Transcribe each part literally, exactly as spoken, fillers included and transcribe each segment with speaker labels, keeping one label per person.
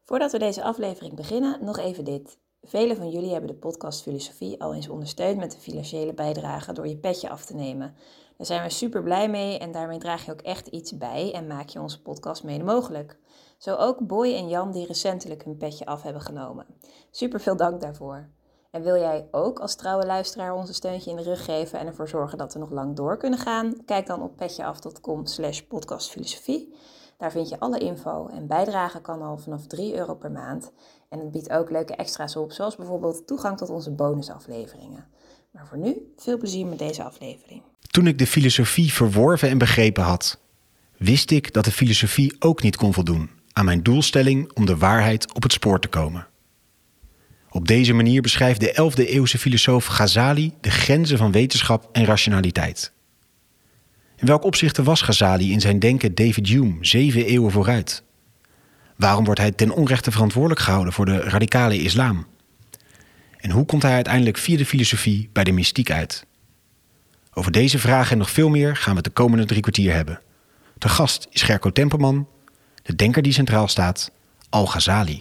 Speaker 1: Voordat we deze aflevering beginnen, nog even dit. Velen van jullie hebben de podcast Filosofie al eens ondersteund met een financiële bijdrage door je petje af te nemen. Daar zijn we super blij mee en daarmee draag je ook echt iets bij en maak je onze podcast mede mogelijk. Zo ook Boy en Jan die recentelijk hun petje af hebben genomen. Super veel dank daarvoor. En wil jij ook als trouwe luisteraar ons een steuntje in de rug geven en ervoor zorgen dat we nog lang door kunnen gaan? Kijk dan op petjeaf.com slash podcastfilosofie. Daar vind je alle info en bijdragen kan al vanaf drie euro per maand. En het biedt ook leuke extra's op, zoals bijvoorbeeld toegang tot onze bonusafleveringen. Maar voor nu, veel plezier met deze aflevering.
Speaker 2: Toen ik de filosofie verworven en begrepen had, wist ik dat de filosofie ook niet kon voldoen aan mijn doelstelling om de waarheid op het spoor te komen. Op deze manier beschrijft de elfde eeuwse filosoof Ghazali de grenzen van wetenschap en rationaliteit. In welk opzichte was Ghazali in zijn denken David Hume zeven eeuwen vooruit? Waarom wordt hij ten onrechte verantwoordelijk gehouden voor de radicale islam? En hoe komt hij uiteindelijk via de filosofie bij de mystiek uit? Over deze vragen en nog veel meer gaan we het de komende drie kwartier hebben. Te gast is Gerco Temperman, de denker die centraal staat, Al-Ghazali.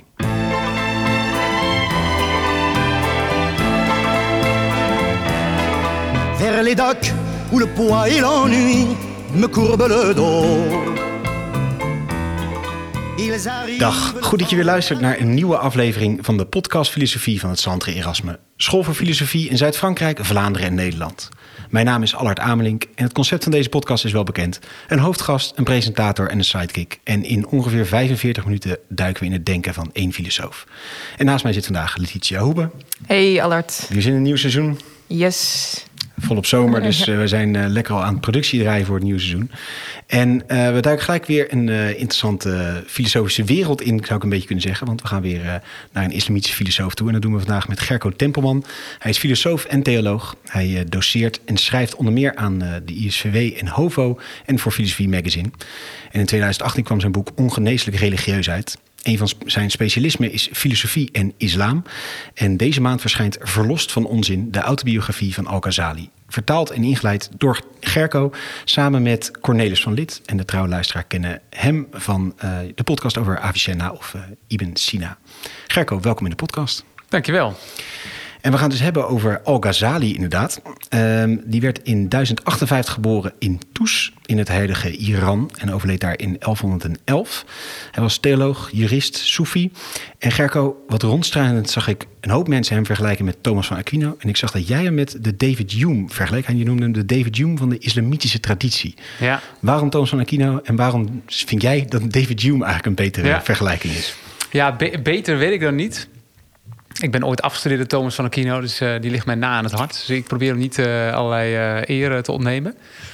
Speaker 3: Vers les docks où le poids et l'ennui me courbent le dos.
Speaker 2: Dag, goed dat je weer luistert naar een nieuwe aflevering van de podcast Filosofie van het Centre Erasme. School voor Filosofie in Zuid-Frankrijk, Vlaanderen en Nederland. Mijn naam is Allard Amelink en het concept van deze podcast is wel bekend. Een hoofdgast, een presentator en een sidekick. En in ongeveer vijfenveertig minuten duiken we in het denken van één filosoof. En naast mij zit vandaag Letitia Hoebe.
Speaker 4: Hey Allard.
Speaker 2: We zijn in een nieuw seizoen.
Speaker 4: Yes.
Speaker 2: Volop zomer, dus uh, we zijn uh, lekker al aan het productie draaien voor het nieuwe seizoen. En uh, we duiken gelijk weer een uh, interessante uh, filosofische wereld in, zou ik een beetje kunnen zeggen. Want we gaan weer uh, naar een islamitische filosoof toe. En dat doen we vandaag met Gerco Temperman. Hij is filosoof en theoloog. Hij uh, doceert en schrijft onder meer aan uh, de I S V W en HOVO en voor Filosofie Magazine. En in tweeduizend achttien kwam zijn boek Ongeneeslijk religieus uit. Een van zijn specialismen is filosofie en islam. En deze maand verschijnt Verlost van onzin, de autobiografie van Al-Ghazali. Vertaald en ingeleid door Gerco samen met Cornelis van Lith. En de trouwe luisteraar kennen hem van uh, de podcast over Avicenna of uh, Ibn Sina. Gerco, welkom in de podcast.
Speaker 5: Dankjewel.
Speaker 2: En we gaan het dus hebben over Al-Ghazali inderdaad. Um, die werd in duizend achtenvijftig geboren in Tus, in het heilige Iran. En overleed daar in elfhonderdelf. Hij was theoloog, jurist, soefi. En Gerco, wat rondstruinend zag ik een hoop mensen hem vergelijken met Thomas van Aquino. En ik zag dat jij hem met de David Hume vergeleek. En je noemde hem de David Hume van de islamitische traditie.
Speaker 5: Ja.
Speaker 2: Waarom Thomas van Aquino en waarom vind jij dat David Hume eigenlijk een betere ja. vergelijking is?
Speaker 5: Ja, be- beter weet ik dan niet. Ik ben ooit afgestudeerd door Thomas van Aquino, dus uh, die ligt mij na aan het hart. Dus ik probeer hem niet uh, allerlei uh, eer te ontnemen.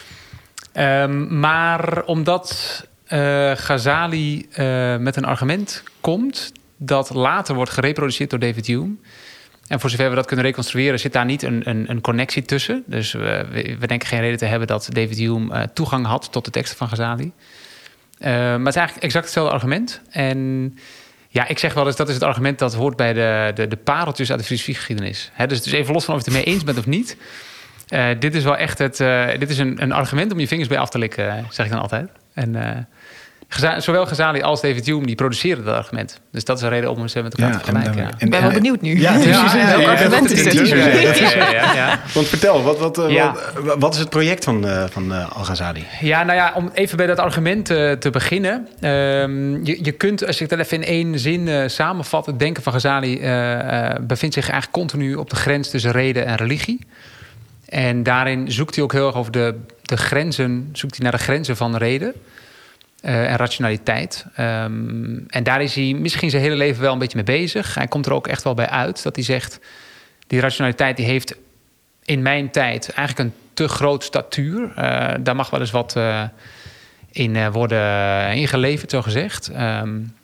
Speaker 5: Um, maar omdat uh, Ghazali uh, met een argument komt dat later wordt gereproduceerd door David Hume. En voor zover we dat kunnen reconstrueren, zit daar niet een, een, een connectie tussen. Dus we, we denken geen reden te hebben dat David Hume uh, toegang had tot de teksten van Ghazali. Uh, maar het is eigenlijk exact hetzelfde argument. En ja, ik zeg wel eens, dat is het argument dat hoort bij de, de, de pareltjes uit de filosofiegeschiedenis. He, dus, dus even los van of je het ermee eens bent of niet. Uh, dit is wel echt het, uh, dit is een, een argument om je vingers bij af te likken, zeg ik dan altijd. En uh, Geza- zowel Ghazali als David Hume, die produceren dat argument. Dus dat is een reden om ze met elkaar ja, te vergelijken.
Speaker 4: Ja. Ik ben wel benieuwd nu.
Speaker 2: Ja,
Speaker 4: ja,
Speaker 2: ja, ja,
Speaker 4: welk argument is dit?
Speaker 5: Ja, ja, ja.
Speaker 2: Want vertel, wat, wat,
Speaker 5: ja.
Speaker 2: wat, wat is het project van, uh, van uh, Al-Ghazali?
Speaker 5: Ja, nou ja, om even bij dat argument uh, te beginnen. Um, je, je kunt, als ik dat even in één zin uh, samenvat, het denken van Ghazali uh, uh, bevindt zich eigenlijk continu op de grens tussen reden en religie. En daarin zoekt hij ook heel erg over de, de grenzen, zoekt hij naar de grenzen van reden. Uh, en rationaliteit. Um, en daar is hij misschien zijn hele leven wel een beetje mee bezig. Hij komt er ook echt wel bij uit dat hij zegt, die rationaliteit die heeft in mijn tijd eigenlijk een te groot statuur. Uh, daar mag wel eens wat uh, in uh, worden ingeleverd, zo gezegd. Um,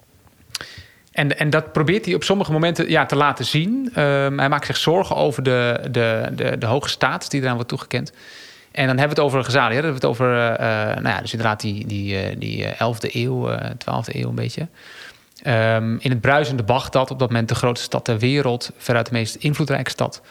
Speaker 5: en, en dat probeert hij op sommige momenten ja, te laten zien. Um, hij maakt zich zorgen over de, de, de, de hoge status die eraan wordt toegekend. En dan hebben we het over Ghazali. Dan hebben we het over, uh, nou ja, dus inderdaad die, die, die elfde eeuw, uh, twaalfde eeuw een beetje. Um, in het bruisende Bagdad, op dat moment de grootste stad ter wereld, veruit de meest invloedrijke stad.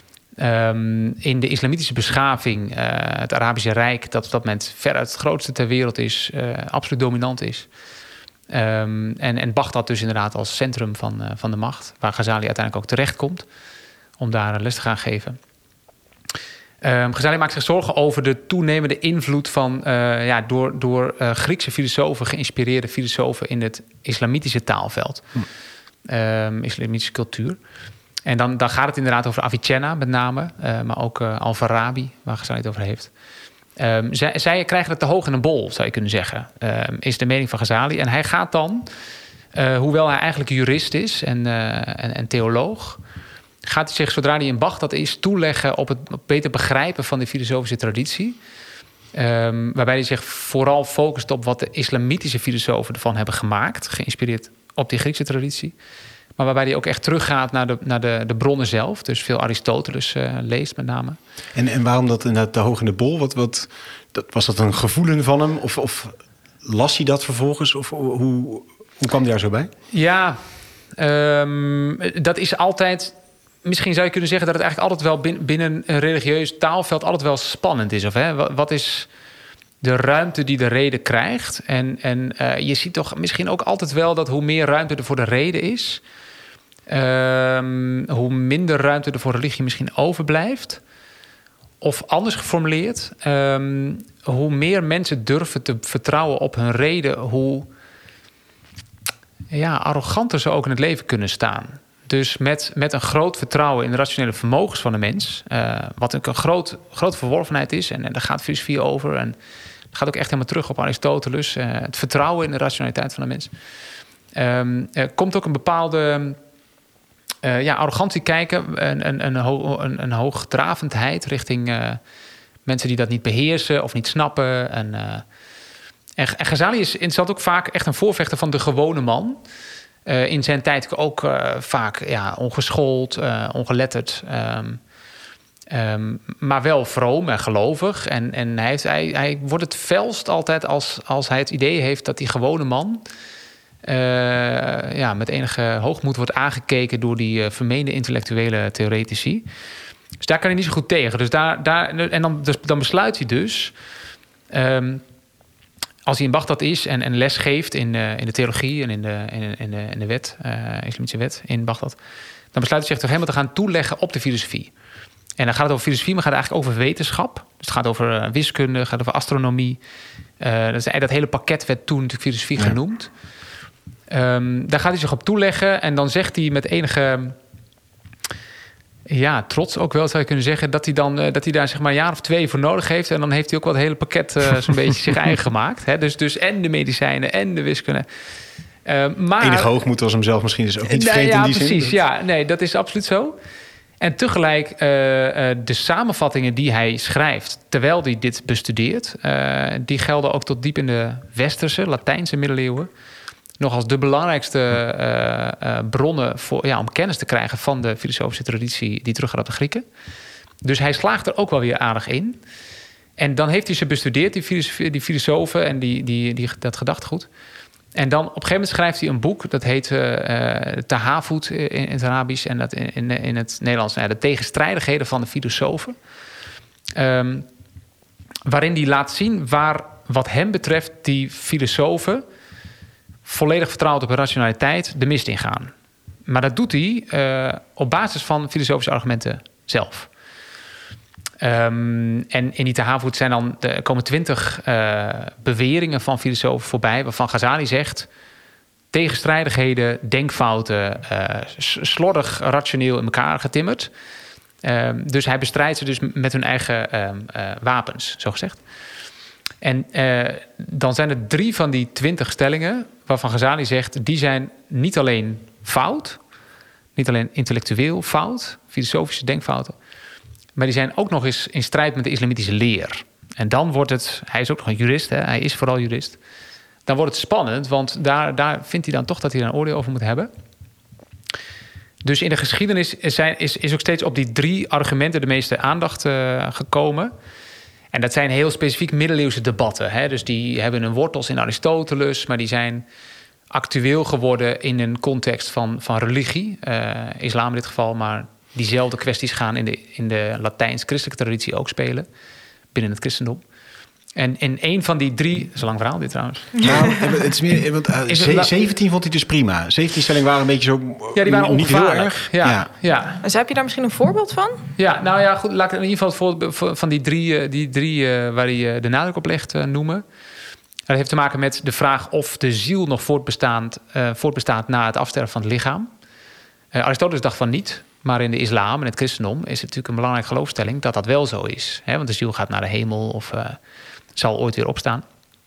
Speaker 5: Um, in de islamitische beschaving, uh, het Arabische Rijk, dat op dat moment veruit het grootste ter wereld is, uh, absoluut dominant is. Um, en, en Bagdad dus inderdaad als centrum van, uh, van de macht, waar Ghazali uiteindelijk ook terechtkomt om daar les te gaan geven. Um, Ghazali maakt zich zorgen over de toenemende invloed van uh, ja, door, door uh, Griekse filosofen geïnspireerde filosofen in het islamitische taalveld, hm. um, islamitische cultuur. En dan, dan gaat het inderdaad over Avicenna met name, uh, maar ook uh, Al-Farabi, waar Ghazali het over heeft. Um, zij, zij krijgen het te hoog in een bol, zou je kunnen zeggen, um, is de mening van Ghazali. En hij gaat dan, uh, hoewel hij eigenlijk jurist is en, uh, en, en theoloog, gaat hij zich, zodra hij in Bagdad is, toeleggen op het beter begrijpen van de filosofische traditie. Um, waarbij hij zich vooral focust op wat de islamitische filosofen ervan hebben gemaakt, geïnspireerd op die Griekse traditie. Maar waarbij hij ook echt teruggaat naar de, naar de, de bronnen zelf. Dus veel Aristoteles uh, leest met name.
Speaker 2: En, en waarom dat inderdaad te hoog in de bol? Wat, wat, dat, was dat een gevoelen van hem? Of, of las hij dat vervolgens? Of hoe, hoe kwam hij daar zo bij?
Speaker 5: Ja, um, dat is altijd... Misschien zou je kunnen zeggen dat het eigenlijk altijd wel binnen, binnen een religieus taalveld altijd wel spannend is. Of, hè? Wat, wat is de ruimte die de rede krijgt? En, en uh, je ziet toch misschien ook altijd wel dat hoe meer ruimte er voor de rede is, Um, hoe minder ruimte er voor religie misschien overblijft. Of anders geformuleerd, um, hoe meer mensen durven te vertrouwen op hun reden, hoe ja, arroganter ze ook in het leven kunnen staan. Dus met, met een groot vertrouwen in de rationele vermogens van de mens, uh, wat ook een groot, grote verworvenheid is, en, en daar gaat filosofie over, en dat gaat ook echt helemaal terug op Aristoteles, uh, het vertrouwen in de rationaliteit van de mens. Um, er komt ook een bepaalde Uh, ja, arrogantie kijken, een, een, een, ho- een, een hoogdravendheid richting uh, mensen die dat niet beheersen of niet snappen. En, uh, en, en Ghazali is interessant ook vaak echt een voorvechter van de gewone man. Uh, in zijn tijd ook uh, vaak ja, ongeschoold, uh, ongeletterd, um, um, maar wel vroom en gelovig. En, en hij, heeft, hij, hij wordt het felst altijd als, als hij het idee heeft dat die gewone man Uh, ja, met enige hoogmoed wordt aangekeken door die uh, vermeende intellectuele theoretici. Dus daar kan hij niet zo goed tegen. Dus daar, daar, en dan, dus, dan besluit hij dus, um, als hij in Bagdad is en, en les geeft in, uh, in de theologie en in de, in, in de, in de wet, uh, islamitische wet in Bagdad, dan besluit hij zich toch helemaal te gaan toeleggen op de filosofie. En dan gaat het over filosofie, maar gaat het eigenlijk over wetenschap. Dus het gaat over uh, wiskunde, het gaat over astronomie. Uh, dat, is, dat hele pakket werd toen natuurlijk filosofie ja. genoemd. Um, daar gaat hij zich op toeleggen en dan zegt hij met enige ja, trots ook wel, zou je kunnen zeggen, dat hij, dan, uh, dat hij daar zeg maar een jaar of twee voor nodig heeft. En dan heeft hij ook wel het hele pakket uh, zo'n beetje zich eigen gemaakt. Hè? Dus, dus en de medicijnen en de wiskunde. Uh, maar,
Speaker 2: enige hoogmoed was hem zelf misschien dus ook niet
Speaker 5: nou,
Speaker 2: vreemd
Speaker 5: ja,
Speaker 2: in die
Speaker 5: precies,
Speaker 2: zin.
Speaker 5: Ja, nee, dat is absoluut zo. En tegelijk uh, uh, de samenvattingen die hij schrijft terwijl hij dit bestudeert, uh, die gelden ook tot diep in de westerse, Latijnse middeleeuwen nog als de belangrijkste uh, uh, bronnen voor, ja, om kennis te krijgen van de filosofische traditie die teruggaat op de Grieken. Dus hij slaagt er ook wel weer aardig in. En dan heeft hij ze bestudeerd, die, filosofie, die filosofen en die, die, die, dat gedachtegoed. En dan op een gegeven moment schrijft hij een boek, dat heet uh, Tahavut in, in het Arabisch en dat in, in, in het Nederlands, nou ja, de tegenstrijdigheden van de filosofen. Um, waarin hij laat zien waar, wat hem betreft, die filosofen volledig vertrouwd op hun rationaliteit de mist ingaan. Maar dat doet hij uh, op basis van filosofische argumenten zelf. Um, en in die Tahavut zijn dan er komen twintig uh, beweringen van filosofen voorbij, waarvan Ghazali zegt tegenstrijdigheden, denkfouten, uh, slordig rationeel in elkaar getimmerd. Um, dus hij bestrijdt ze dus met hun eigen um, uh, wapens, zo gezegd. En uh, dan zijn er drie van die twintig stellingen waarvan Ghazali zegt, die zijn niet alleen fout, niet alleen intellectueel fout, filosofische denkfouten, maar die zijn ook nog eens in strijd met de islamitische leer. En dan wordt het, hij is ook nog een jurist, hè, hij is vooral jurist, dan wordt het spannend, want daar, daar vindt hij dan toch dat hij er een oordeel over moet hebben. Dus in de geschiedenis is, zijn, is, is ook steeds op die drie argumenten de meeste aandacht uh, gekomen. En dat zijn heel specifiek middeleeuwse debatten. Hè? Dus die hebben hun wortels in Aristoteles, maar die zijn actueel geworden in een context van, van religie. Uh, islam in dit geval, maar diezelfde kwesties gaan in de, in de Latijns-christelijke traditie ook spelen, binnen het christendom. En in een van die drie... Dat is een lang verhaal dit trouwens.
Speaker 2: Nou, het is meer... Want, uh,
Speaker 5: Is het la-
Speaker 2: zeventien vond hij dus prima. zeventien stellingen waren een beetje zo...
Speaker 5: Ja, die waren
Speaker 2: niet heel
Speaker 5: ongevaarlijk.
Speaker 2: erg.
Speaker 5: Ja,
Speaker 2: Ja.
Speaker 5: ja.
Speaker 4: Dus heb je daar misschien een voorbeeld van?
Speaker 5: Ja, nou ja, goed. Laat ik in ieder geval het voorbeeld van die drie, uh, die drie uh, waar hij uh, de nadruk op legt uh, noemen. Dat heeft te maken met de vraag of de ziel nog voortbestaat, uh, voortbestaat na het afsterven van het lichaam. Uh, Aristoteles dacht van niet, maar in de islam en het christendom is het natuurlijk een belangrijke geloofstelling dat dat wel zo is. Hè? Want de ziel gaat naar de hemel of uh, zal ooit weer opstaan.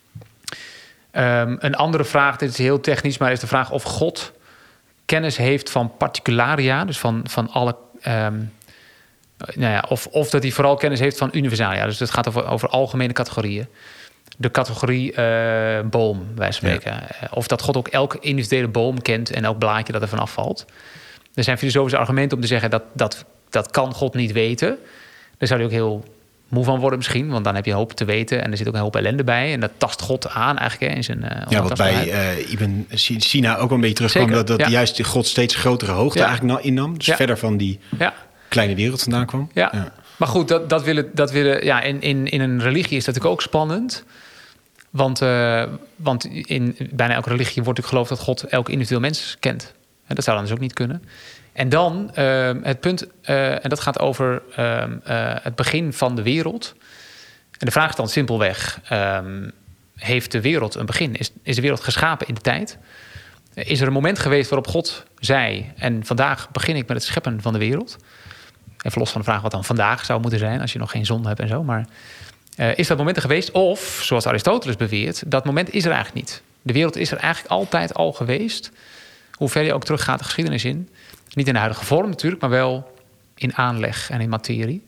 Speaker 5: Um, een andere vraag, dit is heel technisch, maar is de vraag of God kennis heeft van particularia, dus van, van alle... Um, nou ja, of, of dat hij vooral kennis heeft van universalia. Dus het gaat over, over algemene categorieën. De categorie uh, boom, wij spreken. Ja. Of dat God ook elke individuele boom kent en elk blaadje dat er vanaf valt. Er zijn filosofische argumenten om te zeggen dat dat, dat kan God niet weten. Daar zou hij ook heel moe van worden misschien, want dan heb je een hoop te weten en er zit ook een hoop ellende bij. En dat tast God aan eigenlijk hè, in zijn uh,
Speaker 2: Ja, wat bij uh, Ibn Sina ook wel een beetje terugkwam,
Speaker 5: Zeker,
Speaker 2: dat, dat
Speaker 5: ja.
Speaker 2: juist God steeds grotere hoogte
Speaker 5: Ja.
Speaker 2: eigenlijk innam. Dus
Speaker 5: Ja.
Speaker 2: verder van die
Speaker 5: Ja.
Speaker 2: kleine wereld vandaan kwam.
Speaker 5: Ja.
Speaker 2: Ja.
Speaker 5: Maar goed, dat, dat willen, dat willen, ja, in, in, in een religie is dat natuurlijk ook spannend. Want, uh, want in bijna elke religie wordt natuurlijk geloofd dat God elk individueel mens kent. En dat zou dan dus ook niet kunnen. En dan uh, het punt, uh, en dat gaat over uh, uh, het begin van de wereld. En de vraag is dan simpelweg, um, heeft de wereld een begin? Is, is de wereld geschapen in de tijd? Is er een moment geweest waarop God zei, en vandaag begin ik met het scheppen van de wereld? Even los van de vraag wat dan vandaag zou moeten zijn, als je nog geen zon hebt en zo. Maar uh, is dat moment er geweest? Of, zoals Aristoteles beweert, dat moment is er eigenlijk niet. De wereld is er eigenlijk altijd al geweest. Hoe ver je ook teruggaat de geschiedenis in. Niet in de huidige vorm natuurlijk, maar wel in aanleg en in materie.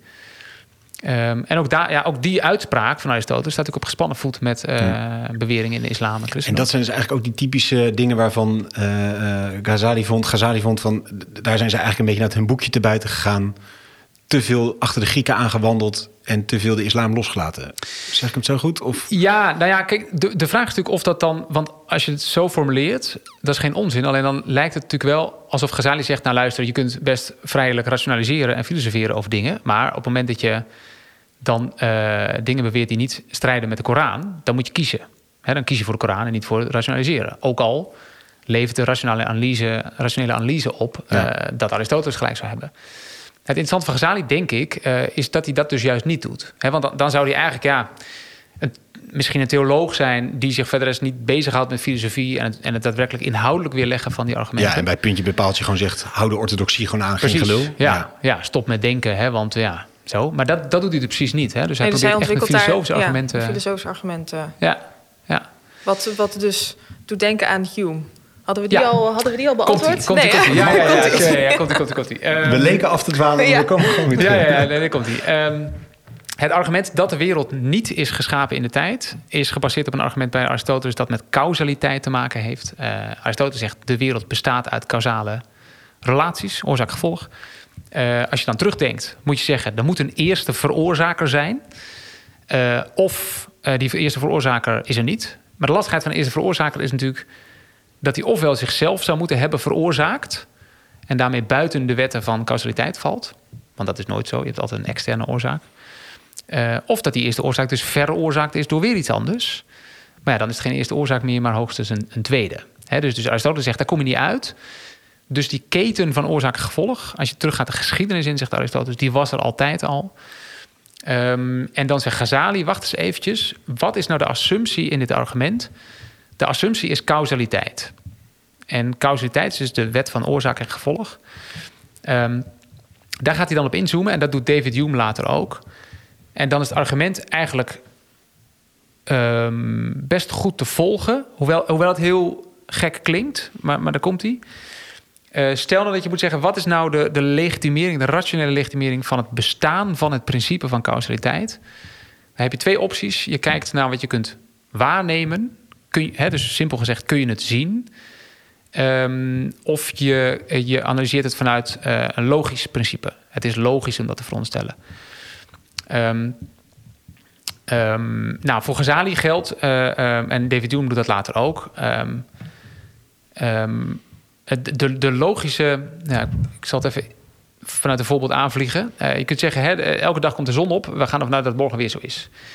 Speaker 5: Um, en ook, daar, ja, ook die uitspraak van Aristoteles staat natuurlijk op gespannen voet met uh, ja. beweringen in de islam en christendom.
Speaker 2: En dat zijn dus eigenlijk ook die typische dingen waarvan uh, uh, Ghazali vond, Ghazali vond van, daar zijn ze eigenlijk een beetje naar hun boekje te buiten gegaan. Te veel achter de Grieken aangewandeld en te veel de islam losgelaten. Zeg ik het zo goed? Of?
Speaker 5: Ja, nou ja, kijk, de, de vraag is natuurlijk of dat dan... Want als je het zo formuleert, dat is geen onzin. Alleen dan lijkt het natuurlijk wel alsof Ghazali zegt... nou luister, je kunt best vrijelijk rationaliseren en filosoferen over dingen. Maar op het moment dat je dan uh, dingen beweert die niet strijden met de Koran... dan moet je kiezen. He, dan kies je voor de Koran en niet voor het rationaliseren. Ook al levert de rationele analyse, rationele analyse op... Ja. Uh, dat Aristoteles gelijk zou hebben. Het interessante van Ghazali, denk ik, uh, is dat hij dat dus juist niet doet. He, want dan, dan zou hij eigenlijk, ja, een, misschien een theoloog zijn... die zich verder eens niet bezighoudt met filosofie... en het, en het daadwerkelijk inhoudelijk weerleggen van die argumenten.
Speaker 2: Ja, en bij puntje bepaalt je gewoon zegt... hou de orthodoxie gewoon aan,
Speaker 5: precies.
Speaker 2: Geen gelul.
Speaker 5: Ja,
Speaker 2: ja.
Speaker 5: ja, stop met denken, hè, want ja, zo. Maar dat, dat doet hij dus precies niet. Hè. Dus hij
Speaker 4: nee, dus
Speaker 5: probeert
Speaker 4: hij
Speaker 5: echt met filosofische
Speaker 4: daar,
Speaker 5: argumenten...
Speaker 4: Ja, filosofische argumenten.
Speaker 5: Ja, ja.
Speaker 4: Wat, wat dus doet denken aan Hume. Hadden we die,
Speaker 5: Ja.
Speaker 4: al, hadden we die al beantwoord?
Speaker 5: Komt-ie, komt-ie,
Speaker 4: nee,
Speaker 5: komt-ie. Ja, ja, ja,
Speaker 4: Komt-ie.
Speaker 5: ja, ja, komt-ie, komt-ie, komt-ie. Um,
Speaker 2: We leken af te dwalen, maar
Speaker 4: Ja.
Speaker 2: we komen gewoon weer
Speaker 5: Ja,
Speaker 2: terug.
Speaker 5: ja, ja, nee, daar komt hij. Um, het argument dat de wereld niet is geschapen in de tijd... is gebaseerd op een argument bij Aristoteles... dat met causaliteit te maken heeft. Uh, Aristoteles zegt, de wereld bestaat uit causale relaties, oorzaak-gevolg. Uh, als je dan terugdenkt, moet je zeggen... er moet een eerste veroorzaker zijn. Uh, of uh, die eerste veroorzaker is er niet. Maar de lastigheid van de eerste veroorzaker is natuurlijk... dat hij ofwel zichzelf zou moeten hebben veroorzaakt... en daarmee buiten de wetten van causaliteit valt. Want dat is nooit zo, je hebt altijd een externe oorzaak. Uh, of dat die eerste oorzaak dus veroorzaakt is door weer iets anders. Maar ja, dan is het geen eerste oorzaak meer, maar hoogstens een, een tweede. He, dus, dus Aristoteles zegt, daar kom je niet uit. Dus die keten van oorzaak en gevolg... als je teruggaat de geschiedenis in, zegt Aristoteles... die was er altijd al. Um, en dan zegt Ghazali, wacht eens eventjes... wat is nou de assumptie in dit argument? De assumptie is causaliteit. En causaliteit is dus de wet van oorzaak en gevolg. Um, daar gaat hij dan op inzoomen... en dat doet David Hume later ook... En dan is het argument eigenlijk um, best goed te volgen. Hoewel, hoewel het heel gek klinkt, maar, maar daar komt hij. Uh, stel nou dat je moet zeggen, wat is nou de, de legitimering... de rationele legitimering van het bestaan van het principe van causaliteit? Dan heb je twee opties. Je kijkt naar wat je kunt waarnemen. Kun je, hè, dus simpel gezegd, kun je het zien? Um, of je, je analyseert het vanuit uh, een logisch principe. Het is logisch om dat te veronderstellen. Um, um, nou, voor Ghazali geldt, uh, um, en David Hume doet dat later ook... Um, um, de, de logische... Nou, ik zal het even vanuit een voorbeeld aanvliegen. Uh, je kunt zeggen, hè, elke dag komt de zon op. We gaan ervan uit dat het morgen weer zo is.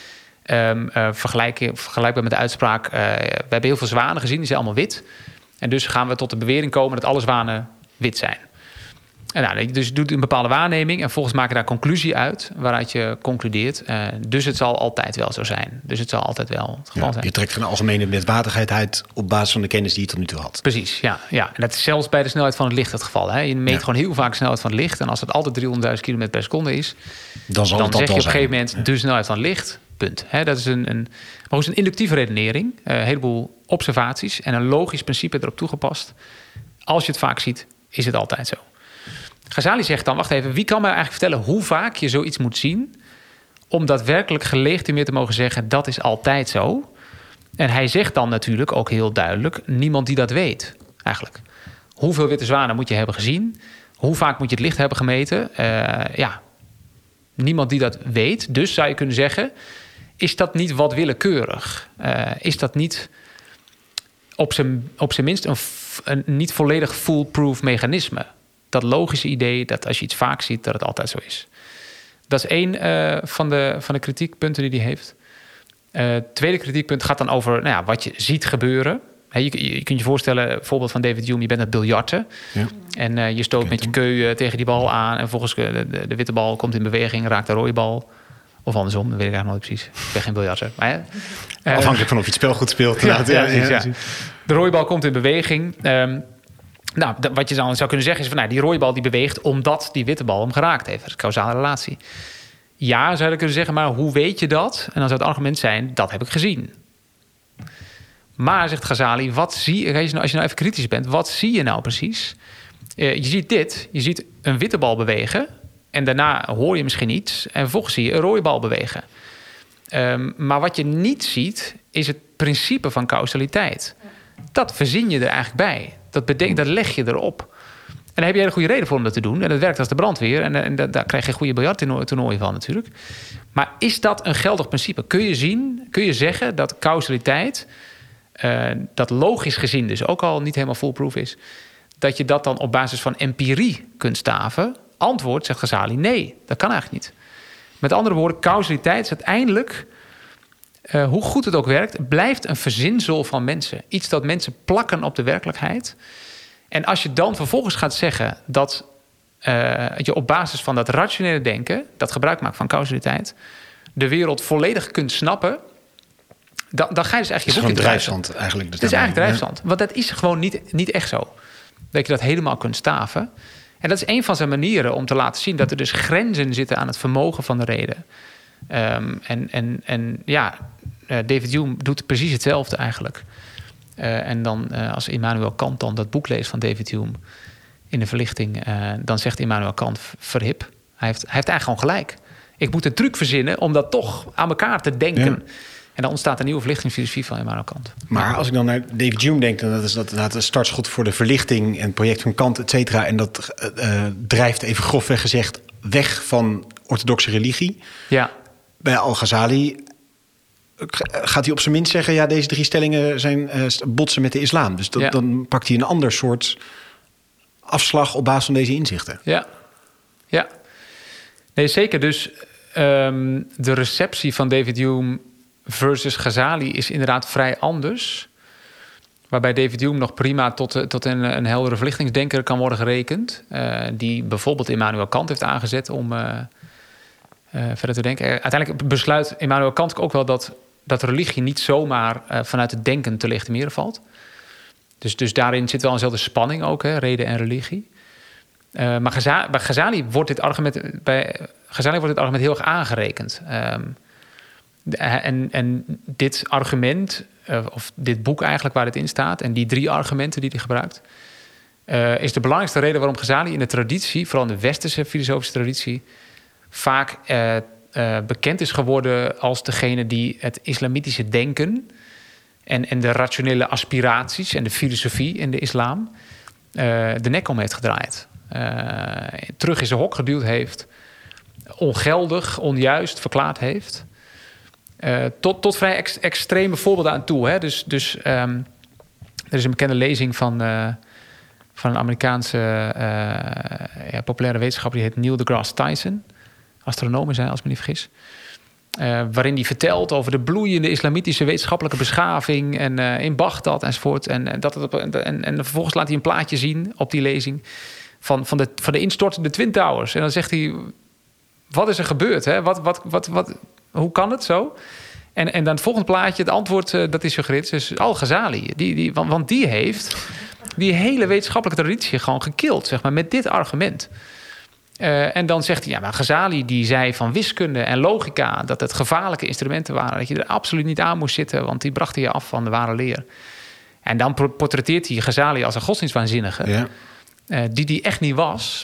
Speaker 5: Um, uh, vergelijk, vergelijkbaar met de uitspraak... Uh, we hebben heel veel zwanen gezien, die zijn allemaal wit. En dus gaan we tot de bewering komen dat alle zwanen wit zijn. En nou, dus je doet een bepaalde waarneming... en volgens maak je daar conclusie uit... waaruit je concludeert. Uh, dus het zal altijd wel zo zijn. Dus het zal altijd wel het geval
Speaker 2: ja,
Speaker 5: zijn.
Speaker 2: Je trekt een algemene wetmatigheid uit... op basis van de kennis die je tot nu toe had.
Speaker 5: Precies, ja. ja. En dat is zelfs bij de snelheid van het licht het geval. Hè. Je meet ja. gewoon heel vaak de snelheid van het licht... en als het altijd driehonderdduizend kilometer per seconde is...
Speaker 2: dan, zal
Speaker 5: dan
Speaker 2: het
Speaker 5: zeg je op een
Speaker 2: zijn.
Speaker 5: gegeven moment...
Speaker 2: Ja.
Speaker 5: de snelheid van het licht, punt. Hè, dat is een, een, maar een inductieve redenering. Uh, een heleboel observaties... en een logisch principe erop toegepast. Als je het vaak ziet, is het altijd zo. Ghazali zegt dan, wacht even, wie kan mij eigenlijk vertellen... hoe vaak je zoiets moet zien... om daadwerkelijk gelegitimeerd te mogen zeggen... dat is altijd zo. En hij zegt dan natuurlijk ook heel duidelijk... niemand die dat weet, eigenlijk. Hoeveel witte zwanen moet je hebben gezien? Hoe vaak moet je het licht hebben gemeten? Uh, ja, niemand die dat weet. Dus zou je kunnen zeggen... is dat niet wat willekeurig? Uh, is dat niet op zijn, op zijn minst... een, een niet volledig foolproof mechanisme... Dat logische idee dat als je iets vaak ziet, dat het altijd zo is. Dat is één uh, van, de, van de kritiekpunten die hij heeft. Uh, het tweede kritiekpunt gaat dan over nou ja, wat je ziet gebeuren. He, je, je kunt je voorstellen, een voorbeeld van David Hume... je bent aan het biljarten ja. en uh, je stoot met je keu uh, tegen die bal aan... en volgens de, de, de witte bal komt in beweging, raakt de rode bal... Of andersom, dat weet ik eigenlijk nooit precies. Ik ben geen biljarter. Maar, uh,
Speaker 2: Afhankelijk van of je het spel goed speelt.
Speaker 5: Ja, ja, ja, ja. De rode bal komt in beweging... Um, Nou, wat je dan zou kunnen zeggen is van... Nou, die rode bal die beweegt omdat die witte bal hem geraakt heeft. Dat is een causale relatie. Ja, zou je kunnen zeggen, maar hoe weet je dat? En dan zou het argument zijn, dat heb ik gezien. Maar, zegt Ghazali, wat zie je... Als je nou even kritisch bent, wat zie je nou precies? Uh, je ziet dit, je ziet een witte bal bewegen... en daarna hoor je misschien iets... en vervolgens zie je een rode bal bewegen. Um, maar wat je niet ziet, is het principe van causaliteit. Dat verzin je er eigenlijk bij... Dat, bedenk, dat leg je erop. En dan heb je een hele goede reden voor om dat te doen. En dat werkt als de brandweer. En, en daar krijg je goede biljarttoernooien van natuurlijk. Maar is dat een geldig principe? Kun je zien, kun je zeggen dat causaliteit... Uh, dat logisch gezien dus ook al niet helemaal foolproof is... dat je dat dan op basis van empirie kunt staven? Antwoord, zegt Ghazali, nee, dat kan eigenlijk niet. Met andere woorden, causaliteit is uiteindelijk... Uh, hoe goed het ook werkt, blijft een verzinsel van mensen. Iets dat mensen plakken op de werkelijkheid. En als je dan vervolgens gaat zeggen dat uh, je op basis van dat rationele denken... dat gebruik maakt van causaliteit... de wereld volledig kunt snappen... dan, dan ga je dus eigenlijk je boekje
Speaker 2: drijfstand eigenlijk.
Speaker 5: Het is eigenlijk drijfstand. Want dat is gewoon niet, niet echt zo. Dat je dat helemaal kunt staven. En dat is een van zijn manieren om te laten zien... dat er dus grenzen zitten aan het vermogen van de reden... Um, en, en, en ja, uh, David Hume doet precies hetzelfde eigenlijk. Uh, en dan uh, als Immanuel Kant dan dat boek leest van David Hume... in de verlichting, uh, dan zegt Immanuel Kant verhip. Hij heeft, hij heeft eigenlijk gewoon gelijk. Ik moet een truc verzinnen om dat toch aan elkaar te denken. Ja. En dan ontstaat een nieuwe verlichtingsfilosofie van Immanuel Kant.
Speaker 2: Maar als ik dan naar David Hume denk... dan is dat het startschot voor de verlichting... en het project van Kant, et cetera. En dat uh, drijft even grofweg gezegd... weg van orthodoxe religie.
Speaker 5: Ja.
Speaker 2: Bij Al-Ghazali gaat hij op zijn minst zeggen... ja, deze drie stellingen zijn uh, botsen met de islam. Dus dat, ja. dan pakt hij een ander soort afslag... op basis van deze inzichten.
Speaker 5: Ja, ja. Nee, zeker. Dus um, de receptie van David Hume versus Ghazali... is inderdaad vrij anders. Waarbij David Hume nog prima tot, tot een, een heldere verlichtingsdenker kan worden gerekend. Uh, die bijvoorbeeld Immanuel Kant heeft aangezet om... Uh, Uh, verder te denken. Uiteindelijk besluit Immanuel Kant ook wel dat, dat religie niet zomaar uh, vanuit het denken te legitimeren valt. Dus, dus daarin zit wel eenzelfde spanning ook, hè, reden en religie. Uh, maar Ghazali, bij Ghazali wordt dit argument bij Ghazali wordt dit argument heel erg aangerekend. Um, de, en, en dit argument, uh, of dit boek eigenlijk waar het in staat, en die drie argumenten die hij gebruikt, uh, is de belangrijkste reden waarom Ghazali in de traditie, vooral in de westerse filosofische traditie, vaak uh, uh, bekend is geworden als degene die het islamitische denken en, en de rationele aspiraties en de filosofie in de islam uh, de nek om heeft gedraaid. Uh, terug in zijn hok geduwd heeft, ongeldig, onjuist verklaard heeft. Uh, tot, tot vrij ex, extreme voorbeelden aan toe. Hè? Dus, dus um, er is een bekende lezing van, uh, van een Amerikaanse uh, ja, populaire wetenschapper, die heet Neil deGrasse Tyson. Astronoom is hij, als ik me niet vergis. Uh, waarin hij vertelt over de bloeiende islamitische wetenschappelijke beschaving en uh, in Bagdad enzovoort. En, en, dat het op, en, en vervolgens laat hij een plaatje zien op die lezing van, van, de, van de instortende Twin Towers. En dan zegt hij, wat is er gebeurd? Hè? Wat, wat, wat, wat, hoe kan het zo? En, en dan het volgende plaatje, het antwoord, uh, dat is suggereerd, dus Al-Ghazali. Die, die, want, want die heeft die hele wetenschappelijke traditie gewoon gekild, zeg maar, met dit argument. Uh, en dan zegt hij, ja, maar Ghazali die zei van wiskunde en logica dat het gevaarlijke instrumenten waren, dat je er absoluut niet aan moest zitten, want die brachten je af van de ware leer. En dan portretteert hij Ghazali als een godsdienstwaanzinnige, ja. uh, die die echt niet was.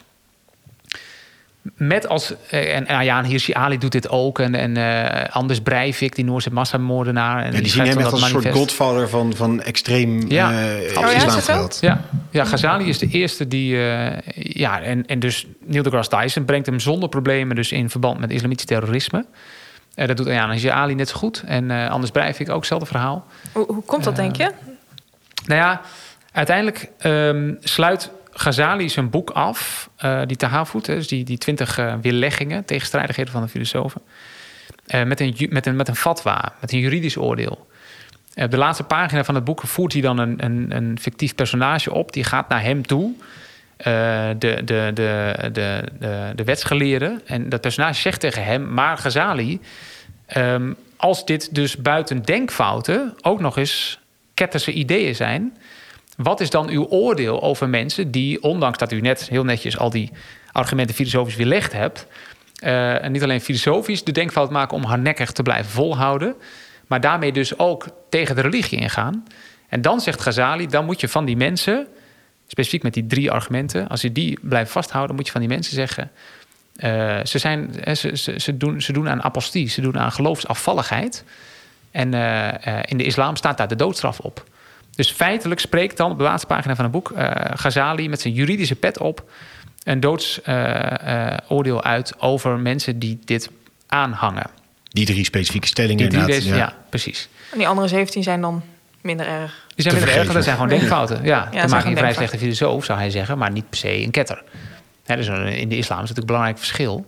Speaker 5: Met als, uh, en nou ja, en Hirsi Ali doet dit ook. En, en uh, Anders Breivik, die Noorse massamoordenaar. En
Speaker 2: ja, die, die zien hem echt als een soort godvader van, van extreem
Speaker 5: ja.
Speaker 2: uh,
Speaker 5: oh,
Speaker 2: islamgeweld.
Speaker 5: Ja, ja, Ghazali is de eerste die... Uh, ja, en, en dus Neil deGrasse Tyson brengt hem zonder problemen dus in verband met islamitisch terrorisme. Uh, dat doet ja, Hirsi Ali net zo goed. En uh, Anders Breivik ook, hetzelfde verhaal.
Speaker 4: Hoe, hoe komt dat, uh, denk je?
Speaker 5: Nou ja, uiteindelijk um, sluit Ghazali zijn boek af, uh, die Tahafut, dus die, die twintig uh, weerleggingen, tegenstrijdigheden van de filosofen, uh, met, een, met, een, met een fatwa, met een juridisch oordeel. Uh, op de laatste pagina van het boek voert hij dan een, een, een fictief personage op, die gaat naar hem toe, uh, de, de, de, de, de, de wetsgeleerde. En dat personage zegt tegen hem, maar Ghazali, um, als dit dus buiten denkfouten ook nog eens ketterse ideeën zijn, wat is dan uw oordeel over mensen die, ondanks dat u net heel netjes al die argumenten filosofisch weerlegd hebt, uh, en niet alleen filosofisch de denkfout maken om hardnekkig te blijven volhouden, maar daarmee dus ook tegen de religie ingaan. En dan zegt Ghazali, dan moet je van die mensen, specifiek met die drie argumenten, als je die blijft vasthouden, moet je van die mensen zeggen, uh, ze, zijn, ze, ze, ze, doen, ze doen aan apostie, ze doen aan geloofsafvalligheid. En uh, uh, in de islam staat daar de doodstraf op. Dus feitelijk spreekt dan op de laatste pagina van het boek uh, Ghazali met zijn juridische pet op een doodsoordeel uh, uh, uit over mensen die dit aanhangen.
Speaker 2: Die drie specifieke stellingen.
Speaker 5: Die drie deze, ja.
Speaker 2: ja,
Speaker 5: ja, precies.
Speaker 4: En die andere zeventien zijn dan minder erg.
Speaker 5: Die zijn minder erg, dat zijn gewoon denkfouten. Ja,
Speaker 4: ja,
Speaker 5: dan maak je een vrij slechte filosoof, zou hij zeggen, maar niet per se een ketter. Ja, dus in de islam is natuurlijk een belangrijk verschil.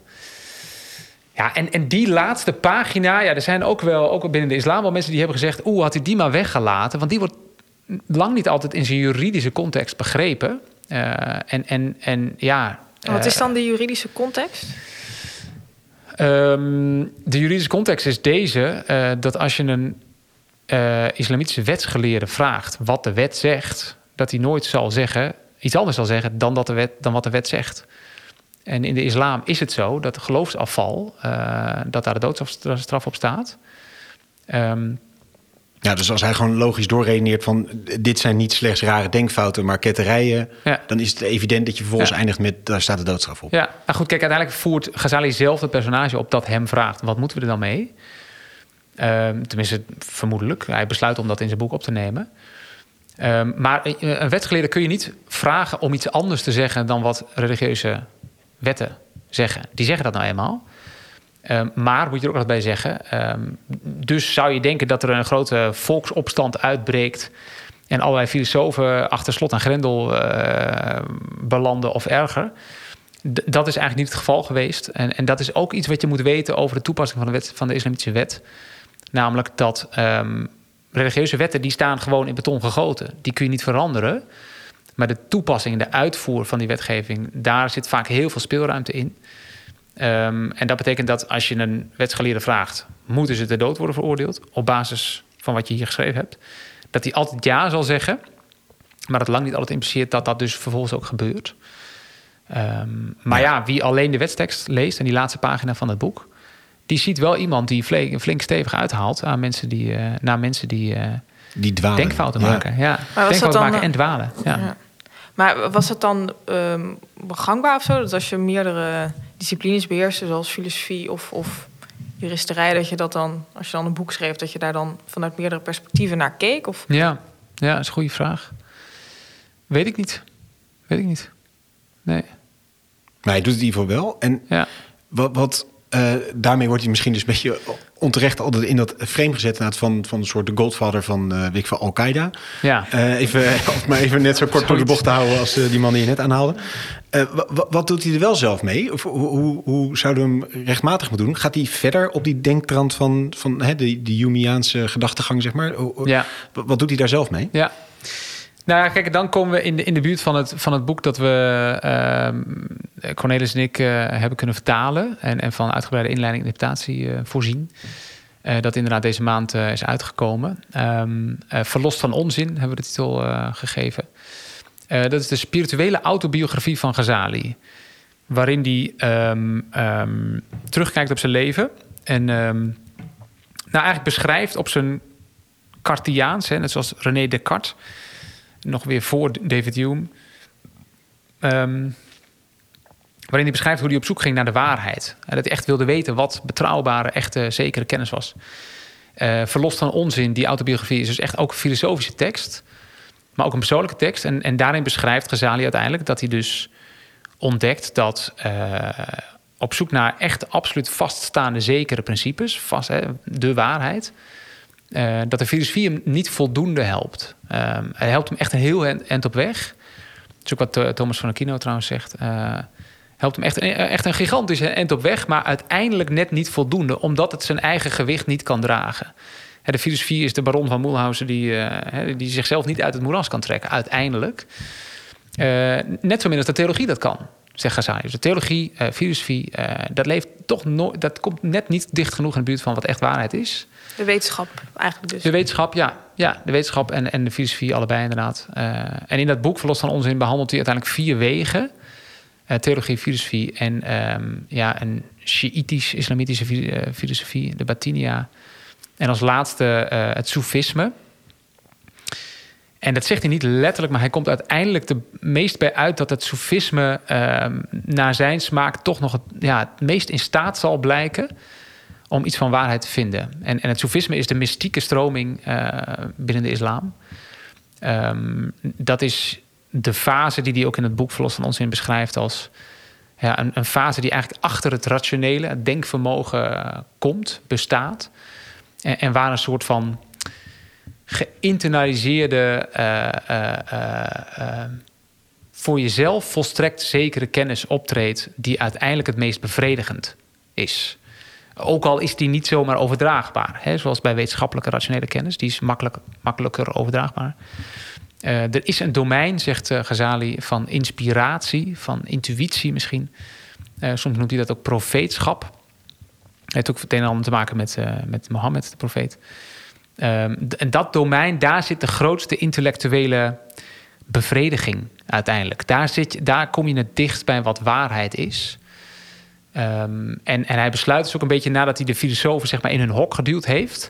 Speaker 5: Ja, en, en die laatste pagina, ja, er zijn ook wel, ook binnen de islam wel mensen die hebben gezegd, oeh, had hij die maar weggelaten, want die wordt lang niet altijd in zijn juridische context begrepen. Uh, en, en, en ja.
Speaker 4: Uh, Wat is dan de juridische context?
Speaker 5: Um, de juridische context is deze: uh, dat als je een uh, islamitische wetsgeleerde vraagt wat de wet zegt, dat hij nooit zal zeggen, iets anders zal zeggen dan, dat de wet, dan wat de wet zegt. En in de islam is het zo dat geloofsafval, uh, dat daar de doodstraf op staat. Um,
Speaker 2: Ja, dus als hij gewoon logisch doorredeneert van dit zijn niet slechts rare denkfouten, maar ketterijen, ja. dan is het evident dat je vervolgens ja. eindigt met daar staat de doodstraf op.
Speaker 5: Ja, nou goed, kijk, uiteindelijk voert Ghazali zelf het personage op dat hem vraagt, wat moeten we er dan mee? Um, tenminste, vermoedelijk. Hij besluit om dat in zijn boek op te nemen. Um, maar een wetsgeleerde kun je niet vragen om iets anders te zeggen dan wat religieuze wetten zeggen. Die zeggen dat nou eenmaal. Um, maar, moet je er ook nog bij zeggen, um, dus zou je denken dat er een grote volksopstand uitbreekt en allerlei filosofen achter slot en grendel uh, belanden of erger. D- dat is eigenlijk niet het geval geweest. En, en dat is ook iets wat je moet weten over de toepassing van de, wet, van de islamitische wet. Namelijk dat um, religieuze wetten die staan gewoon in beton gegoten. Die kun je niet veranderen. Maar de toepassing en de uitvoer van die wetgeving, daar zit vaak heel veel speelruimte in. Um, en dat betekent dat als je een wetsgeleerde vraagt, moeten ze ter dood worden veroordeeld op basis van wat je hier geschreven hebt, dat hij altijd ja zal zeggen, maar dat lang niet altijd impliceert dat dat dus vervolgens ook gebeurt. Um, maar ja. ja, wie alleen de wetstekst leest en die laatste pagina van het boek, die ziet wel iemand die flink, flink stevig uithaalt aan mensen die, uh, naar mensen die, uh,
Speaker 2: die dwalen.
Speaker 5: denkfouten
Speaker 2: ja.
Speaker 5: maken. Ja,
Speaker 4: maar
Speaker 5: denkfouten
Speaker 4: dan,
Speaker 5: maken en dwalen. Ja. Ja.
Speaker 4: Maar was het dan um, gangbaar of zo? Dat als je meerdere disciplines beheerst, zoals filosofie of, of juristerij, dat je dat dan, als je dan een boek schreef, dat je daar dan vanuit meerdere perspectieven naar keek? Of?
Speaker 5: Ja, ja, dat is een goede vraag. Weet ik niet. Weet ik niet. Nee.
Speaker 2: Maar hij doet het in ieder geval wel. En
Speaker 5: ja.
Speaker 2: wat, wat Uh, daarmee wordt hij misschien dus een beetje onterecht altijd in dat frame gezet van, van een soort de Godfather van uh, weet ik veel, Al-Qaeda.
Speaker 5: Ja.
Speaker 2: Uh, even, om maar even net zo kort door de bocht te houden als uh, die man die je net aanhaalde. Uh, w- wat doet hij er wel zelf mee? Of hoe, hoe, hoe zouden we hem rechtmatig moeten doen? Gaat hij verder op die denktrand van, van hè, de, de Jungiaanse gedachtegang, zeg maar?
Speaker 5: Ja.
Speaker 2: Wat doet hij daar zelf mee?
Speaker 5: Ja. Nou ja, kijk, dan komen we in de, in de buurt van het, van het boek dat we, uh, Cornelis en ik, uh, hebben kunnen vertalen. En, en van uitgebreide inleiding en interpretatie uh, voorzien. Uh, dat inderdaad deze maand uh, is uitgekomen. Um, uh, Verlost van onzin hebben we de titel uh, gegeven. Uh, dat is de spirituele autobiografie van Ghazali. Waarin hij um, um, terugkijkt op zijn leven. En um, nou, eigenlijk beschrijft op zijn Cartiaans, hè, net zoals René Descartes, nog weer voor David Hume, um, waarin hij beschrijft hoe hij op zoek ging naar de waarheid. En dat hij echt wilde weten wat betrouwbare, echte, zekere kennis was. Uh, Verlost van onzin, die autobiografie, is dus echt ook een filosofische tekst, maar ook een persoonlijke tekst. En, en daarin beschrijft Ghazali uiteindelijk dat hij dus ontdekt dat uh, op zoek naar echt absoluut vaststaande, zekere principes, vast, hè, de waarheid, Uh, dat de filosofie hem niet voldoende helpt. Uh, hij helpt hem echt een heel eind op weg. Dat is ook wat uh, Thomas van Aquino trouwens zegt. Uh, helpt hem echt, echt een gigantisch eind op weg, maar uiteindelijk net niet voldoende, omdat het zijn eigen gewicht niet kan dragen. Hè, de filosofie is de baron van Mulhouse die, uh, die zichzelf niet uit het moeras kan trekken, uiteindelijk. Uh, net zo min als de theologie dat kan, zegt Ghazali. Dus de theologie, uh, filosofie, uh, dat leeft toch no- dat komt net niet dicht genoeg in de buurt van wat echt waarheid is.
Speaker 4: De wetenschap eigenlijk dus.
Speaker 5: De wetenschap, ja. Ja, de wetenschap en, en de filosofie allebei inderdaad. Uh, en in dat boek Verlost van onzin behandelt hij uiteindelijk vier wegen. Uh, theologie, filosofie en um, ja, een Sjiïtisch-islamitische uh, filosofie, de Batinia. En als laatste uh, het Soefisme. En dat zegt hij niet letterlijk, maar hij komt uiteindelijk er meest bij uit dat het Soefisme uh, naar zijn smaak toch nog het, ja, het meest in staat zal blijken om iets van waarheid te vinden. En, en het Soefisme is de mystieke stroming uh, binnen de islam. Um, dat is de fase die hij ook in het boek Verlost van onzin beschrijft als ja, een, een fase die eigenlijk achter het rationele, het denkvermogen uh, komt, bestaat. En, en waar een soort van geïnternaliseerde, uh, uh, uh, uh, voor jezelf volstrekt zekere kennis optreedt die uiteindelijk het meest bevredigend is. Ook al is die niet zomaar overdraagbaar. Hè, zoals bij wetenschappelijke rationele kennis. Die is makkelijk, makkelijker overdraagbaar. Uh, er is een domein, zegt uh, Ghazali, van inspiratie, van intuïtie misschien. Uh, soms noemt hij dat ook profeetschap. Hij heeft ook het een en ander te maken met, uh, met Mohammed, de profeet. Um, en dat domein, daar zit de grootste intellectuele bevrediging uiteindelijk. Daar, zit, daar kom je het dichtst bij wat waarheid is. Um, en, en hij besluit dus ook een beetje nadat hij de filosofen zeg maar, in hun hok geduwd heeft,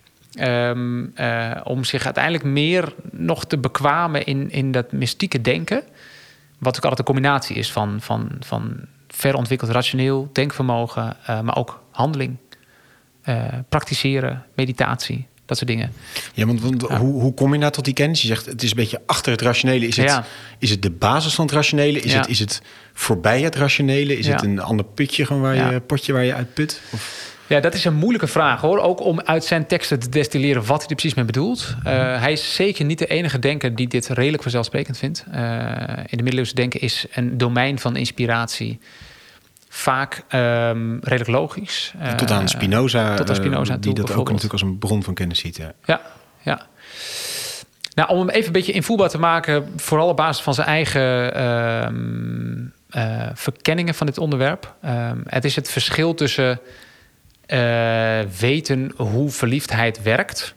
Speaker 5: Um, uh, om zich uiteindelijk meer nog te bekwamen in, in dat mystieke denken. Wat ook altijd een combinatie is van, van, van verontwikkeld rationeel denkvermogen, uh, maar ook handeling, uh, praktiseren, meditatie, dat soort dingen.
Speaker 2: Ja, want, want
Speaker 5: Ja.
Speaker 2: Hoe, hoe kom je nou tot die kennis? Je zegt het is een beetje achter het rationele. Is het,
Speaker 5: Ja.
Speaker 2: is het de basis van het rationele? Is,
Speaker 5: Ja.
Speaker 2: het, is het voorbij het rationele? Is
Speaker 5: Ja.
Speaker 2: het een ander putje gewoon waar
Speaker 5: Ja.
Speaker 2: je, potje waar je uit put? Of?
Speaker 5: Ja, dat is een moeilijke vraag hoor. Ook om uit zijn teksten te destilleren wat hij er precies mee bedoelt. Uh, hij is zeker niet de enige denker die dit redelijk vanzelfsprekend vindt. Uh, in de middeleeuwse denken is een domein van inspiratie vaak um, redelijk logisch. Uh,
Speaker 2: Tot aan Spinoza,
Speaker 5: tot aan Spinoza
Speaker 2: uh,
Speaker 5: toe,
Speaker 2: die dat ook
Speaker 5: bijvoorbeeld.
Speaker 2: natuurlijk als een bron van kennis ziet. Ja.
Speaker 5: Ja, ja. Nou, om hem even een beetje invoelbaar te maken, vooral op basis van zijn eigen um, uh, verkenningen van dit onderwerp. Um, het is het verschil tussen Uh, weten hoe verliefdheid werkt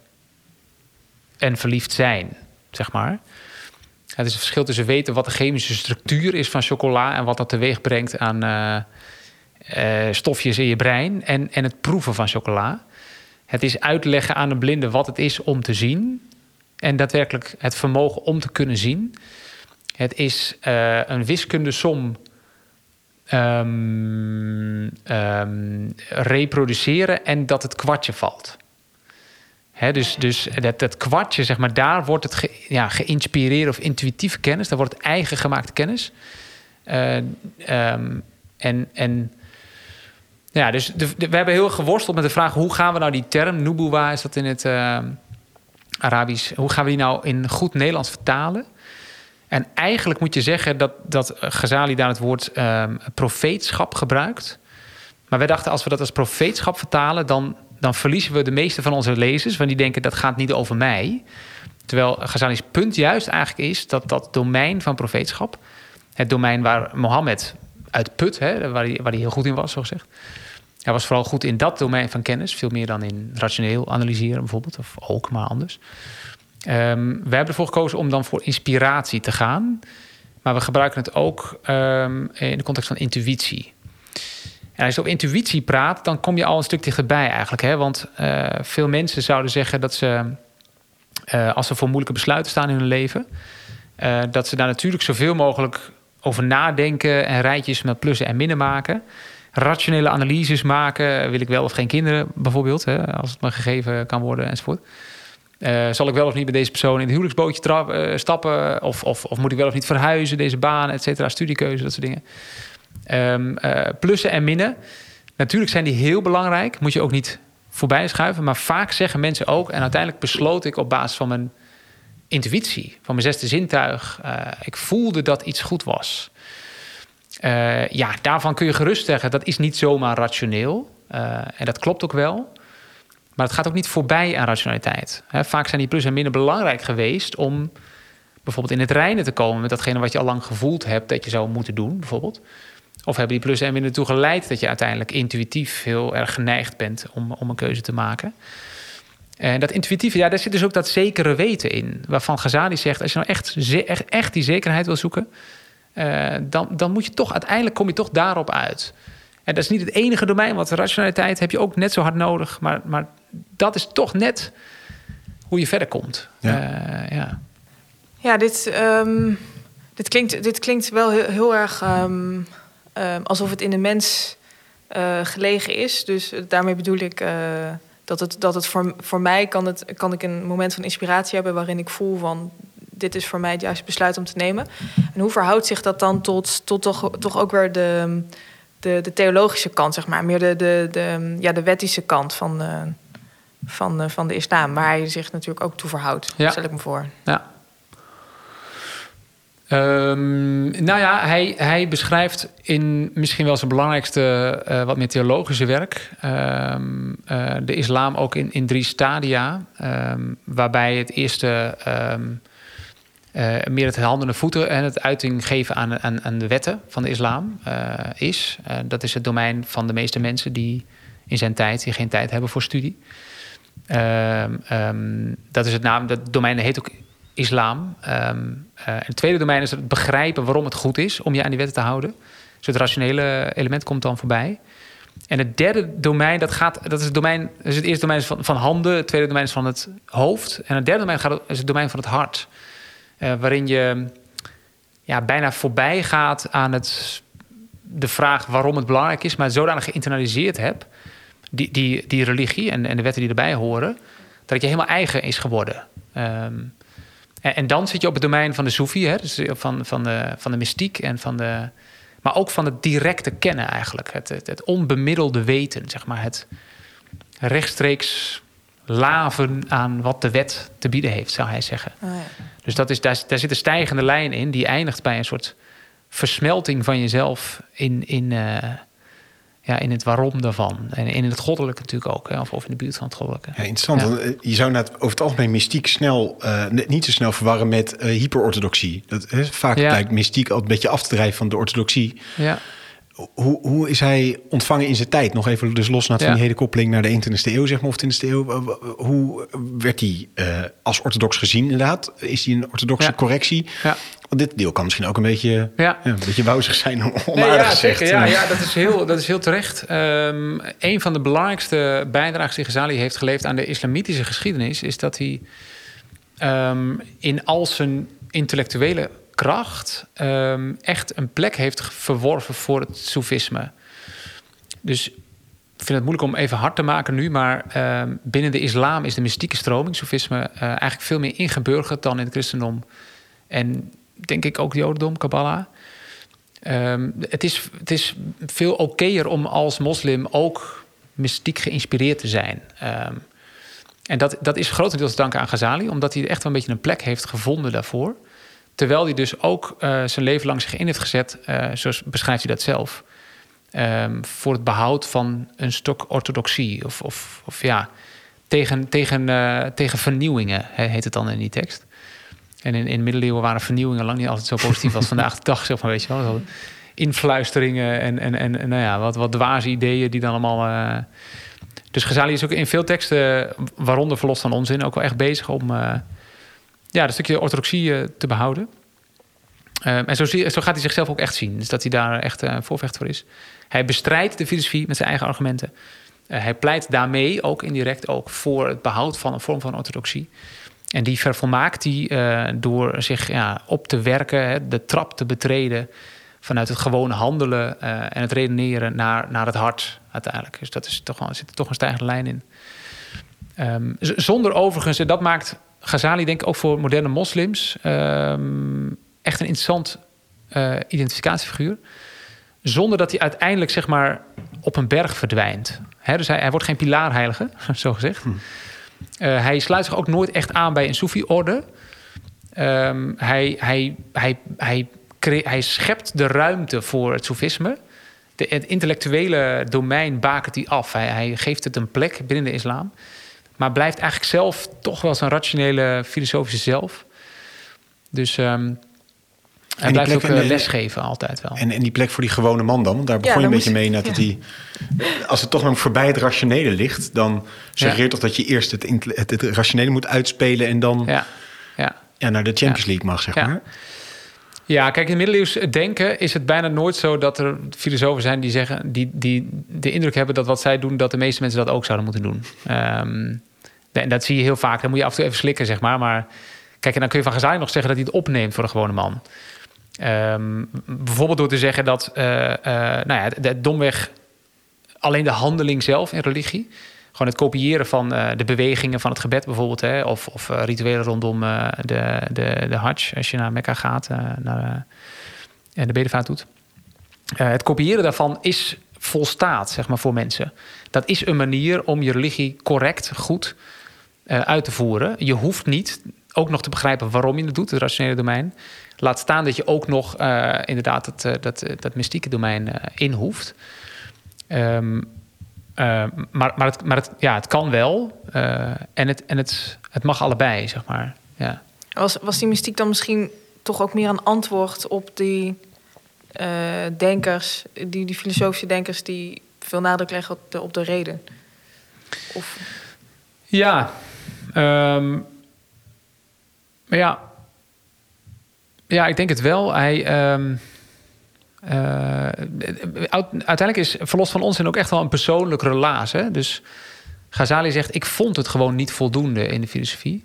Speaker 5: en verliefd zijn, zeg maar. Het is het verschil tussen weten wat de chemische structuur is van chocola en wat dat teweeg brengt aan uh, uh, stofjes in je brein en, en het proeven van chocola. Het is uitleggen aan een blinde wat het is om te zien en daadwerkelijk het vermogen om te kunnen zien. Het is uh, een wiskundesom Um, um, reproduceren en dat het kwartje valt. He, dus dus dat, dat kwartje, zeg maar, daar wordt het ge, ja, geïnspireerde of intuïtieve kennis, daar wordt het eigen gemaakte kennis. Uh, um, en, en Ja, dus de, de, we hebben heel geworsteld met de vraag... hoe gaan we nou die term, nubuwa is dat in het uh, Arabisch... hoe gaan we die nou in goed Nederlands vertalen? En eigenlijk moet je zeggen dat, dat Ghazali daar het woord uh, profeetschap gebruikt. Maar wij dachten, als we dat als profeetschap vertalen... dan, dan verliezen we de meeste van onze lezers... want die denken, dat gaat niet over mij. Terwijl Ghazali's punt juist eigenlijk is... dat dat domein van profeetschap... het domein waar Mohammed uit put... Hè, waar, hij, waar hij heel goed in was, zo gezegd... hij was vooral goed in dat domein van kennis... veel meer dan in rationeel analyseren bijvoorbeeld... of ook, maar anders... Um, we hebben ervoor gekozen om dan voor inspiratie te gaan. Maar we gebruiken het ook um, in de context van intuïtie. En als je over intuïtie praat, dan kom je al een stuk dichterbij eigenlijk. Hè? Want uh, veel mensen zouden zeggen dat ze, uh, als ze voor moeilijke besluiten staan in hun leven... Uh, dat ze daar natuurlijk zoveel mogelijk over nadenken... en rijtjes met plussen en minnen maken. Rationele analyses maken. Wil ik wel of geen kinderen bijvoorbeeld, hè? Als het me gegeven kan worden enzovoort. Uh, zal ik wel of niet met deze persoon in het huwelijksbootje tra- uh, stappen? Of, of, of moet ik wel of niet verhuizen, deze baan, et cetera, studiekeuze, dat soort dingen. Um, uh, plussen en minnen. Natuurlijk zijn die heel belangrijk. Moet je ook niet voorbij schuiven. Maar vaak zeggen mensen ook... en uiteindelijk besloot ik op basis van mijn intuïtie... van mijn zesde zintuig... Uh, ik voelde dat iets goed was. Uh, ja, daarvan kun je gerust zeggen... dat is niet zomaar rationeel. Uh, en dat klopt ook wel... Maar het gaat ook niet voorbij aan rationaliteit. He, vaak zijn die plus en minnen belangrijk geweest... om bijvoorbeeld in het reinen te komen... met datgene wat je al lang gevoeld hebt dat je zou moeten doen, bijvoorbeeld. Of hebben die plus en minnen ertoe geleid... dat je uiteindelijk intuïtief heel erg geneigd bent om, om een keuze te maken. En dat intuïtieve, ja, daar zit dus ook dat zekere weten in. Waarvan Ghazali zegt, als je nou echt, echt, echt die zekerheid wil zoeken... Uh, dan, dan moet je toch, uiteindelijk kom je toch daarop uit... En dat is niet het enige domein, want rationaliteit heb je ook net zo hard nodig. Maar, maar dat is toch net hoe je verder komt. Ja, uh, ja.
Speaker 4: ja dit, um, dit, klinkt, dit klinkt wel heel, heel erg um, uh, alsof het in de mens uh, gelegen is. Dus daarmee bedoel ik uh, dat het, dat het voor, voor mij kan, het, kan ik een moment van inspiratie hebben... waarin ik voel van... dit is voor mij het juiste besluit om te nemen. En hoe verhoudt zich dat dan tot, tot toch, toch ook weer de... De, de theologische kant, zeg maar. Meer de, de, de, ja, de wettische kant van de, van, de, van de islam. Waar hij zich natuurlijk ook toe verhoudt, ja. Stel ik me voor.
Speaker 5: Ja. Um, nou ja, hij, hij beschrijft in misschien wel zijn belangrijkste... Uh, wat meer theologische werk... Um, uh, de islam ook in, in drie stadia. Um, waarbij het eerste... Um, Uh, meer het handen en voeten en het uiting geven aan, aan, aan de wetten van de islam uh, is. Uh, dat is het domein van de meeste mensen die in zijn tijd... die geen tijd hebben voor studie. Uh, um, dat is het naam, dat domein heet ook islam. Um, uh, en het tweede domein is het begrijpen waarom het goed is... om je aan die wetten te houden. Dus het rationele element komt dan voorbij. En het derde domein, dat, gaat, dat is het domein... Dus het eerste domein is van, van handen, het tweede domein is van het hoofd... en het derde domein gaat, is het domein van het hart... Uh, waarin je ja, bijna voorbij gaat aan het, de vraag waarom het belangrijk is... maar het zodanig geïnternaliseerd hebt, die, die, die religie en, en de wetten die erbij horen... dat het je helemaal eigen is geworden. Um, en, en dan zit je op het domein van de Soefi, hè, dus van, van, de, van de mystiek... En van de, maar ook van het directe kennen eigenlijk. Het, het, het onbemiddelde weten, zeg maar. Het rechtstreeks... laven aan wat de wet te bieden heeft, zou hij zeggen. Oh ja. Dus dat is, daar, daar zit een stijgende lijn in... die eindigt bij een soort versmelting van jezelf... in, in, uh, ja, in het waarom daarvan. En in het goddelijke natuurlijk ook. Hè, of, of in de buurt van het goddelijke.
Speaker 2: Ja, interessant. Ja. Want je zou net over het algemeen mystiek snel... Uh, niet zo snel verwarren met uh, hyperorthodoxie. Dat, hè, vaak ja. lijkt mystiek altijd een beetje af te drijven van de orthodoxie... Ja. Hoe, hoe is hij ontvangen in zijn tijd? Nog even dus los naar ja. die hele koppeling naar de eenentwintigste eeuw, zeg maar, of twintigste eeuw. Hoe werd hij uh, als orthodox gezien inderdaad? Is hij een orthodoxe ja. correctie? Ja. Want dit deel kan misschien ook een beetje, ja. Ja, een beetje wauwzig zijn, onaardig nee, ja, gezegd.
Speaker 5: Ja, ja, dat is heel, dat is heel terecht. Um, een van de belangrijkste bijdragen die Ghazali heeft geleverd aan de islamitische geschiedenis... is dat hij um, in al zijn intellectuele kracht um, echt een plek heeft verworven voor het soefisme. Dus ik vind het moeilijk om even hard te maken nu... maar um, binnen de islam is de mystieke stroming, soefisme... Uh, eigenlijk veel meer ingeburgerd dan in het christendom. En denk ik ook het jodendom, Kabbala. Um, het, is, het is veel okéer om als moslim ook mystiek geïnspireerd te zijn. Um, en dat, dat is grotendeels te danken aan Ghazali, omdat hij echt wel een beetje een plek heeft gevonden daarvoor. Terwijl hij dus ook uh, zijn leven lang zich in heeft gezet, uh, zoals beschrijft hij dat zelf, um, voor het behoud van een stuk orthodoxie. Of, of, of ja, tegen, tegen, uh, tegen vernieuwingen, heet het dan in die tekst. En in, in de middeleeuwen waren vernieuwingen lang niet altijd zo positief als vandaag de dag, zeg maar, weet je wel. Zo influisteringen en, en, en, en nou ja, wat, wat dwaze ideeën die dan allemaal... Uh... Dus Ghazali is ook in veel teksten, waaronder Verlost van Onzin, ook wel echt bezig om uh, ja, dat stukje orthodoxie uh, te behouden. Uh, en zo, zie, zo gaat hij zichzelf ook echt zien. Dus dat hij daar echt uh, voorvechter voor is. Hij bestrijdt de filosofie met zijn eigen argumenten. Uh, hij pleit daarmee ook indirect ook voor het behoud van een vorm van orthodoxie. En die vervolmaakt hij uh, door zich ja, op te werken, hè, de trap te betreden vanuit het gewone handelen uh, en het redeneren naar, naar het hart uiteindelijk. Dus dat is toch wel, er zit er toch een stijgende lijn in. Um, z- zonder overigens, en dat maakt Ghazali denk ik ook voor moderne moslims um, echt een interessant uh, identificatiefiguur. Zonder dat hij uiteindelijk zeg maar op een berg verdwijnt. Hè, dus hij, hij wordt geen pilaarheilige, zo gezegd. Hm. Uh, hij sluit zich ook nooit echt aan bij een Soefi-orde. Um, hij, hij, hij, hij, cre- hij schept de ruimte voor het Soefisme. De, het intellectuele domein bakent hij af. Hij, hij geeft het een plek binnen de islam. Maar blijft eigenlijk zelf toch wel zijn rationele filosofische zelf. Dus um, hij blijft ook uh, lesgeven altijd wel.
Speaker 2: En, en die plek voor die gewone man dan? Want daar begon ja, je een beetje mee. Dat ja. die, als het toch nog voorbij het rationele ligt, dan suggereert ja. toch dat je eerst het, het, het rationele moet uitspelen en dan
Speaker 5: ja. Ja.
Speaker 2: Ja, naar de Champions League mag, zeg
Speaker 5: ja.
Speaker 2: maar.
Speaker 5: Ja, kijk, in middeleeuws denken is het bijna nooit zo dat er filosofen zijn die zeggen, die, die de indruk hebben dat wat zij doen, dat de meeste mensen dat ook zouden moeten doen. Um, en dat zie je heel vaak. Dan moet je af en toe even slikken, zeg maar. Maar kijk, en dan kun je van Ghazali nog zeggen dat hij het opneemt voor een gewone man. Um, bijvoorbeeld door te zeggen dat, uh, uh, nou ja, de, de, domweg alleen de handeling zelf in religie, gewoon het kopiëren van uh, de bewegingen van het gebed bijvoorbeeld, hè, of, of uh, rituelen rondom uh, de, de, de Hajj, als je naar Mekka gaat uh, naar, uh, en de bedevaart doet. Uh, het kopiëren daarvan is volstaat, zeg maar, voor mensen. Dat is een manier om je religie correct, goed uh, uit te voeren. Je hoeft niet ook nog te begrijpen waarom je het doet, het rationele domein. Laat staan dat je ook nog uh, inderdaad het, uh, dat, uh, dat mystieke domein uh, in hoeft. Um, uh, maar maar, het, maar het, ja, het kan wel. Uh, en het, en het, het mag allebei, zeg maar. Ja.
Speaker 4: Was, was die mystiek dan misschien toch ook meer een antwoord op die uh, denkers, die, die filosofische denkers die veel nadruk leggen op de, op de reden? Of...
Speaker 5: Ja. Um, ja. Ja, ik denk het wel. Hij... Um, Uh, uiteindelijk is Verlost van Onzin ook echt wel een persoonlijk relaas. Hè? Dus Ghazali zegt, ik vond het gewoon niet voldoende in de filosofie.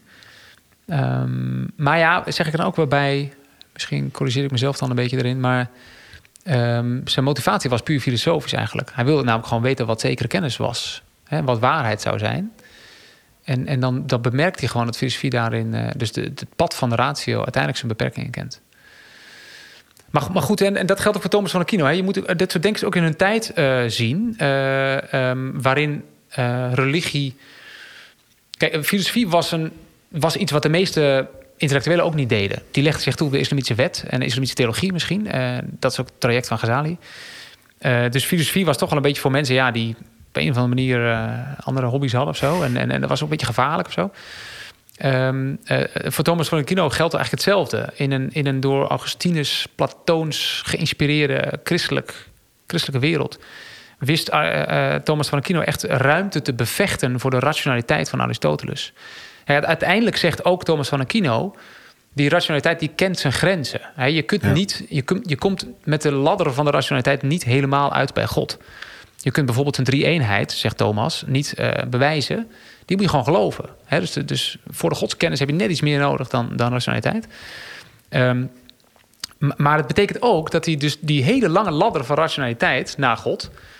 Speaker 5: Um, maar ja, zeg ik er dan ook wel bij, misschien corrigeer ik mezelf dan een beetje erin, maar um, zijn motivatie was puur filosofisch eigenlijk. Hij wilde namelijk gewoon weten wat zekere kennis was. Hè? Wat waarheid zou zijn. En, en dan, dan bemerkt hij gewoon dat filosofie daarin, uh, dus de, het pad van de ratio, uiteindelijk zijn beperkingen kent. Maar, maar goed, en, en dat geldt ook voor Thomas van Aquino. Hè. Je moet dit soort denkers ook in hun tijd uh, zien, uh, um, waarin uh, religie... Kijk, filosofie was, een, was iets wat de meeste intellectuelen ook niet deden. Die legden zich toe op de islamitische wet en de islamitische theologie misschien. Uh, dat is ook het traject van Ghazali. Uh, dus filosofie was toch wel een beetje voor mensen, ja, die op een of andere manier uh, andere hobby's hadden of zo. En, en, en dat was ook een beetje gevaarlijk of zo. Um, uh, voor Thomas van Aquino geldt eigenlijk hetzelfde. In een, in een door Augustinus, Platoons geïnspireerde christelijk, christelijke wereld wist uh, uh, Thomas van Aquino echt ruimte te bevechten voor de rationaliteit van Aristoteles. Hij, uiteindelijk zegt ook Thomas van Aquino, die rationaliteit die kent zijn grenzen. He, je, kunt ja. niet, je, kun, je komt met de ladder van de rationaliteit niet helemaal uit bij God. Je kunt bijvoorbeeld een drie-eenheid, zegt Thomas, niet uh, bewijzen. Die moet je gewoon geloven. He, dus, dus voor de godskennis heb je net iets meer nodig dan, dan rationaliteit. Um, maar het betekent ook dat hij dus die hele lange ladder van rationaliteit naar God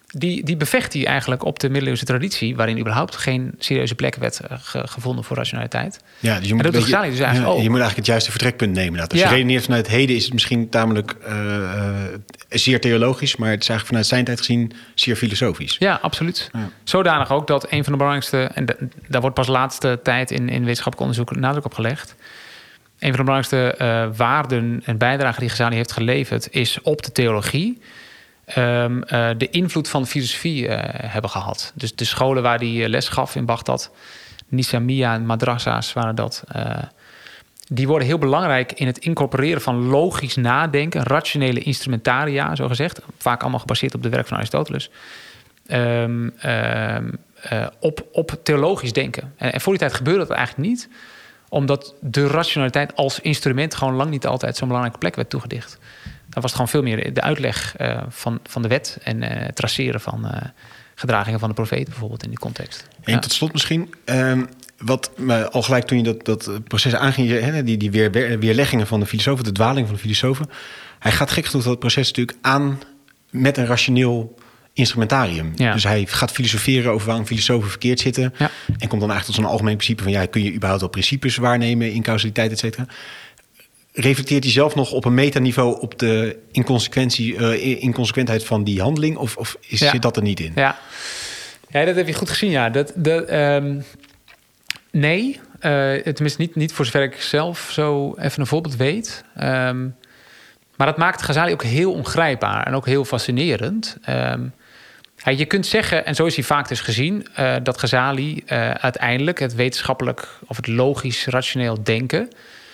Speaker 5: die, die bevecht hij eigenlijk op de middeleeuwse traditie, waarin überhaupt geen serieuze plek werd uh, ge, gevonden voor rationaliteit.
Speaker 2: Ja, dus je moet,
Speaker 5: en dat
Speaker 2: beetje,
Speaker 5: doet dus eigenlijk
Speaker 2: ja,
Speaker 5: ook.
Speaker 2: je moet eigenlijk het juiste vertrekpunt nemen. Dat. Als ja. je redeneert vanuit het heden is het misschien tamelijk uh, uh, zeer theologisch, maar het is eigenlijk vanuit zijn tijd gezien zeer filosofisch.
Speaker 5: Ja, absoluut.
Speaker 2: Ja.
Speaker 5: Zodanig ook dat een van de belangrijkste, en de, daar wordt pas de laatste tijd in, in wetenschappelijk onderzoek nadruk op gelegd. Een van de belangrijkste uh, waarden en bijdragen die Ghazali heeft geleverd is op de theologie. Um, uh, de invloed van filosofie uh, hebben gehad. Dus de scholen waar hij les gaf in Bagdad, Nizamiya en madrasa's waren dat. Uh, die worden heel belangrijk in het incorporeren van logisch nadenken, rationele instrumentaria, zo gezegd. Vaak allemaal gebaseerd op de werk van Aristoteles. Um, um, uh, op, op theologisch denken. En, en voor die tijd gebeurde dat eigenlijk niet, omdat de rationaliteit als instrument gewoon lang niet altijd zo'n belangrijke plek werd toegedicht. Dan was het gewoon veel meer de uitleg uh, van, van de wet en uh, het traceren van uh, gedragingen van de profeten bijvoorbeeld in die context.
Speaker 2: En
Speaker 5: ja.
Speaker 2: tot slot misschien, um, wat uh, al gelijk toen je dat, dat proces aanging, hè, die, die weer, weerleggingen van de filosofen, de dwaling van de filosofen, hij gaat gek genoeg dat proces natuurlijk aan met een rationeel instrumentarium.
Speaker 5: Ja.
Speaker 2: Dus hij gaat filosoferen over waarom filosofen verkeerd zitten.
Speaker 5: Ja.
Speaker 2: En komt dan eigenlijk tot zo'n algemeen principe van ja, kun je überhaupt wel principes waarnemen in causaliteit, et cetera. Reflecteert hij zelf nog op een metaniveau op de inconsequentie, uh, inconsequentheid van die handeling? Of, of is,
Speaker 5: ja.
Speaker 2: zit dat er niet in?
Speaker 5: Ja. ja, dat heb je goed gezien, ja. Dat, dat, um, nee, uh, tenminste niet, niet voor zover ik zelf zo even een voorbeeld weet. Um, maar dat maakt Ghazali ook heel ongrijpbaar en ook heel fascinerend. Um, ja, je kunt zeggen, en zo is hij vaak dus gezien, uh, dat Ghazali uh, uiteindelijk het wetenschappelijk of het logisch rationeel denken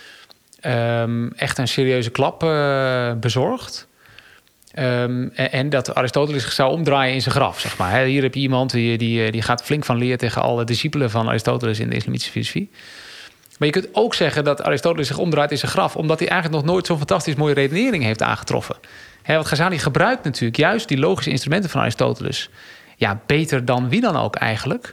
Speaker 5: Um, echt een serieuze klap uh, bezorgd. Um, en, en dat Aristoteles zich zou omdraaien in zijn graf, zeg maar. He, hier heb je iemand die, die, die gaat flink van leer tegen alle discipelen van Aristoteles in de islamitische filosofie. Maar je kunt ook zeggen dat Aristoteles zich omdraait in zijn graf, omdat hij eigenlijk nog nooit zo'n fantastisch mooie redenering heeft aangetroffen. He, want Ghazali gebruikt natuurlijk juist die logische instrumenten van Aristoteles. Ja, beter dan wie dan ook eigenlijk.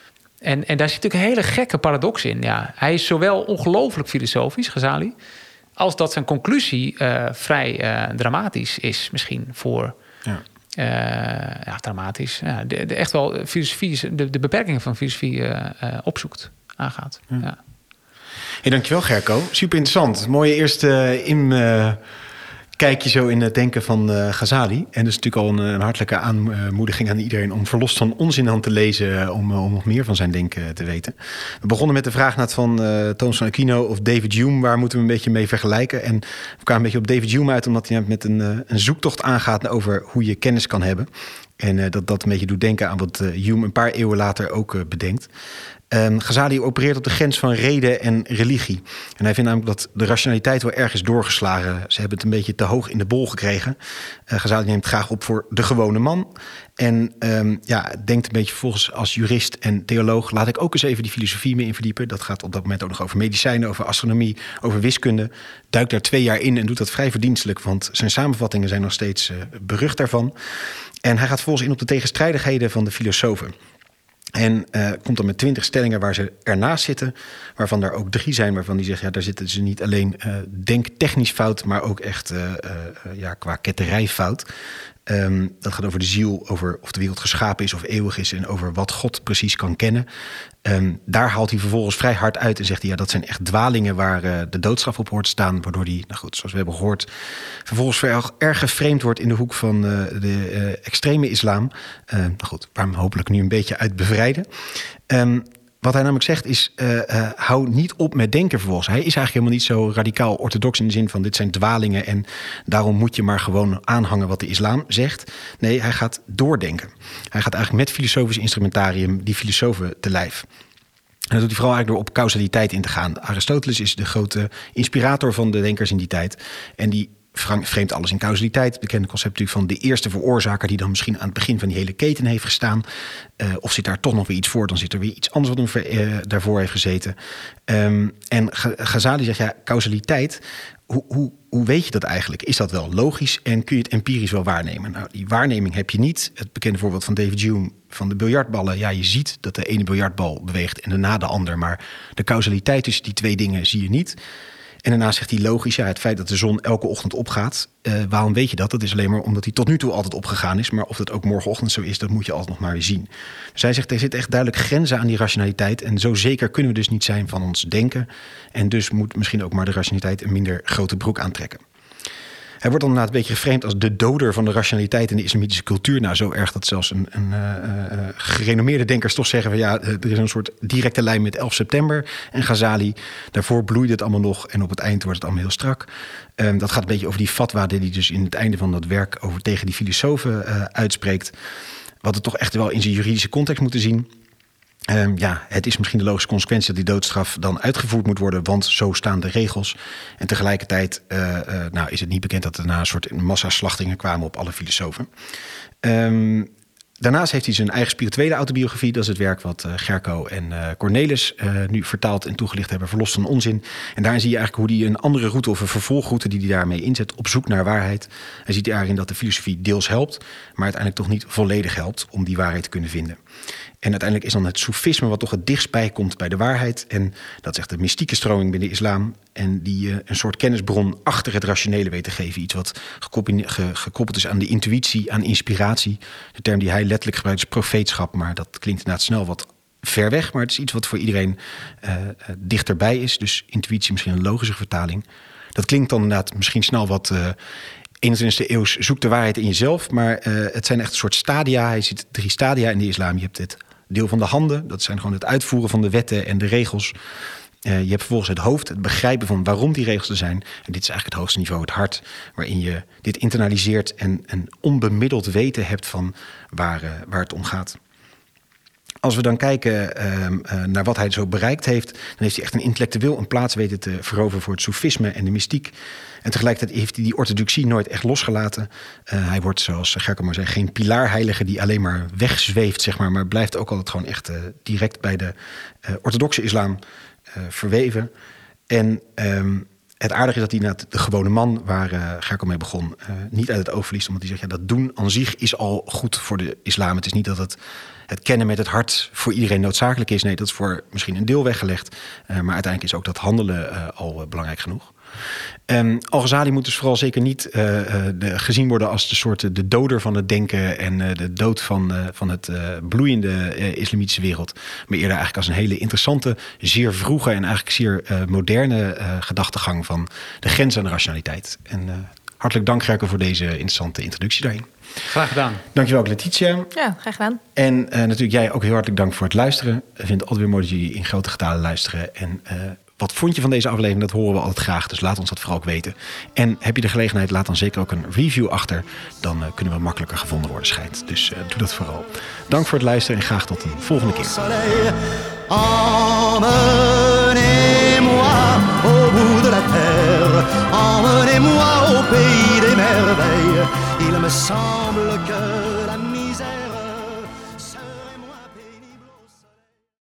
Speaker 5: En, en daar zit natuurlijk een hele gekke paradox in. Ja, hij is zowel ongelooflijk filosofisch, Ghazali, als dat zijn conclusie uh, vrij uh, dramatisch is misschien voor... Ja, uh, ja dramatisch. Ja, de, de, echt wel filosofie, de, de beperkingen van filosofie uh, uh, opzoekt, aangaat. Ja. Ja.
Speaker 2: Hey, dankjewel Gerco. Super interessant. Mooie eerste in... Uh... Kijkje zo in het denken van uh, Ghazali. En dus natuurlijk al een, een hartelijke aanmoediging aan iedereen om verlost van onzin aan te lezen, om, om nog meer van zijn denken te weten. We begonnen met de vraag net van uh, Thomas van Aquino of David Hume, waar moeten we een beetje mee vergelijken? En we kwamen een beetje op David Hume uit, omdat hij met een, uh, een zoektocht aangaat over hoe je kennis kan hebben. En uh, dat dat een beetje doet denken aan wat uh, Hume een paar eeuwen later ook uh, bedenkt. Um, Ghazali opereert op de grens van reden en religie. En hij vindt namelijk dat de rationaliteit wel erg is doorgeslagen. Ze hebben het een beetje te hoog in de bol gekregen. Uh, Ghazali neemt het graag op voor de gewone man. En um, ja, denkt een beetje vervolgens als jurist en theoloog, laat ik ook eens even die filosofie mee in verdiepen. Dat gaat op dat moment ook nog over medicijnen, over astronomie, over wiskunde. Duikt daar twee jaar in en doet dat vrij verdienstelijk, want zijn samenvattingen zijn nog steeds uh, berucht daarvan. En hij gaat vervolgens in op de tegenstrijdigheden van de filosofen. En uh, komt dan met twintig stellingen waar ze ernaast zitten, waarvan er ook drie zijn waarvan die zegt, ja, daar zitten ze niet alleen uh, denktechnisch fout, maar ook echt uh, uh, ja, qua ketterij fout. Um, dat gaat over de ziel, over of de wereld geschapen is of eeuwig is en over wat God precies kan kennen. Um, daar haalt hij vervolgens vrij hard uit en zegt hij, ja, dat zijn echt dwalingen waar uh, de doodstraf op hoort te staan, waardoor hij, nou goed, zoals we hebben gehoord, vervolgens erg, erg geframed wordt in de hoek van uh, de uh, extreme islam. Uh, nou goed, waar we hem hopelijk nu een beetje uit bevrijden. Um, Wat hij namelijk zegt is, uh, uh, hou niet op met denken vervolgens. Hij is eigenlijk helemaal niet zo radicaal orthodox in de zin van dit zijn dwalingen en daarom moet je maar gewoon aanhangen wat de islam zegt. Nee, hij gaat doordenken. Hij gaat eigenlijk met filosofisch instrumentarium die filosofen te lijf. En dat doet hij vooral eigenlijk door op causaliteit in te gaan. Aristoteles is de grote inspirator van de denkers in die tijd. En die vreemdt alles in causaliteit. Het bekende concept natuurlijk van de eerste veroorzaker die dan misschien aan het begin van die hele keten heeft gestaan. Uh, of zit daar toch nog weer iets voor, dan zit er weer iets anders wat hem uh, daarvoor heeft gezeten. Um, en Ghazali zegt, ja, causaliteit, hoe, hoe, hoe weet je dat eigenlijk? Is dat wel logisch en kun je het empirisch wel waarnemen? Nou, die waarneming heb je niet. Het bekende voorbeeld van David Hume van de biljartballen. Ja, je ziet dat de ene biljartbal beweegt en daarna de ander. Maar de causaliteit tussen die twee dingen zie je niet. En daarna zegt hij logisch, ja, het feit dat de zon elke ochtend opgaat, uh, waarom weet je dat? Dat is alleen maar omdat hij tot nu toe altijd opgegaan is. Maar of dat ook morgenochtend zo is, dat moet je altijd nog maar weer zien. Dus hij zegt, er zit echt duidelijk grenzen aan die rationaliteit. En zo zeker kunnen we dus niet zijn van ons denken. En dus moet misschien ook maar de rationaliteit een minder grote broek aantrekken. Hij wordt dan inderdaad een beetje geframed als de doder van de rationaliteit in de islamitische cultuur. Nou, zo erg dat zelfs een, een uh, uh, gerenommeerde denkers toch zeggen van ja, er is een soort directe lijn met elf september en Ghazali. Daarvoor bloeide het allemaal nog en op het eind wordt het allemaal heel strak. Um, dat gaat een beetje over die fatwa die hij dus in het einde van dat werk over tegen die filosofen uh, uitspreekt. Wat het toch echt wel in zijn juridische context moeten zien. Um, ja, het is misschien de logische consequentie dat die doodstraf dan uitgevoerd moet worden, want zo staan de regels. En tegelijkertijd uh, uh, nou, is het niet bekend dat er daarna een soort massaslachtingen kwamen op alle filosofen. Um, Daarnaast heeft hij zijn eigen spirituele autobiografie. Dat is het werk wat uh, Gerco en uh, Cornelis uh, nu vertaald en toegelicht hebben. Verlost van onzin. En daarin zie je eigenlijk hoe hij een andere route of een vervolgroute die hij daarmee inzet op zoek naar waarheid. Hij ziet daarin dat de filosofie deels helpt, maar uiteindelijk toch niet volledig helpt om die waarheid te kunnen vinden. En uiteindelijk is dan het soefisme wat toch het dichtst bij komt bij de waarheid. En dat is echt de mystieke stroming binnen de islam. En die uh, een soort kennisbron achter het rationele weet te geven. Iets wat gekoppeld, ge, gekoppeld is aan de intuïtie, aan inspiratie. De term die hij letterlijk gebruikt is profeetschap. Maar dat klinkt inderdaad snel wat ver weg. Maar het is iets wat voor iedereen uh, uh, dichterbij is. Dus intuïtie misschien een logische vertaling. Dat klinkt dan inderdaad misschien snel wat Uh, eenentwintigste eeuws zoek de waarheid in jezelf. Maar uh, het zijn echt een soort stadia. Hij ziet drie stadia in de islam. Je hebt het deel van de handen. Dat zijn gewoon het uitvoeren van de wetten en de regels. Uh, je hebt vervolgens het hoofd, het begrijpen van waarom die regels er zijn. En dit is eigenlijk het hoogste niveau, het hart. Waarin je dit internaliseert en een onbemiddeld weten hebt van waar, uh, waar het om gaat. Als we dan kijken uh, uh, naar wat hij zo bereikt heeft, dan heeft hij echt een intellectueel een plaats weten te veroveren voor het soefisme en de mystiek. En tegelijkertijd heeft hij die orthodoxie nooit echt losgelaten. Uh, hij wordt, zoals Gerco maar zei, geen pilaarheilige die alleen maar wegzweeft, zeg maar, maar blijft ook altijd gewoon echt uh, direct bij de uh, orthodoxe islam uh, verweven. En um, het aardige is dat hij net de gewone man, waar uh, Gerco mee begon, uh, niet uit het oog verliest. Omdat hij zegt, ja, dat doen aan zich is al goed voor de islam. Het is niet dat het, het kennen met het hart voor iedereen noodzakelijk is. Nee, dat is voor misschien een deel weggelegd. Uh, maar uiteindelijk is ook dat handelen uh, al uh, belangrijk genoeg. Um, Al-Ghazali moet dus vooral zeker niet uh, uh, de, gezien worden als de soort de doder van het denken en uh, de dood van, uh, van het uh, bloeiende uh, islamitische wereld. Maar eerder eigenlijk als een hele interessante, zeer vroege en eigenlijk zeer uh, moderne uh, gedachtegang van de grens aan de rationaliteit. En uh, hartelijk dank, Gerco, voor deze interessante introductie daarin.
Speaker 5: Graag gedaan.
Speaker 2: Dankjewel ook, Letitia.
Speaker 4: Ja, graag gedaan.
Speaker 2: En uh, natuurlijk jij ook heel hartelijk dank voor het luisteren. Ik vind het altijd weer mooi dat jullie in grote getalen luisteren. En uh, wat vond je van deze aflevering? Dat horen we altijd graag, dus laat ons dat vooral ook weten. En heb je de gelegenheid, laat dan zeker ook een review achter. Dan uh, kunnen we makkelijker gevonden worden, schijnt. Dus uh, doe dat vooral. Dank voor het luisteren en graag tot een volgende keer.
Speaker 3: Emmenez-moi au bout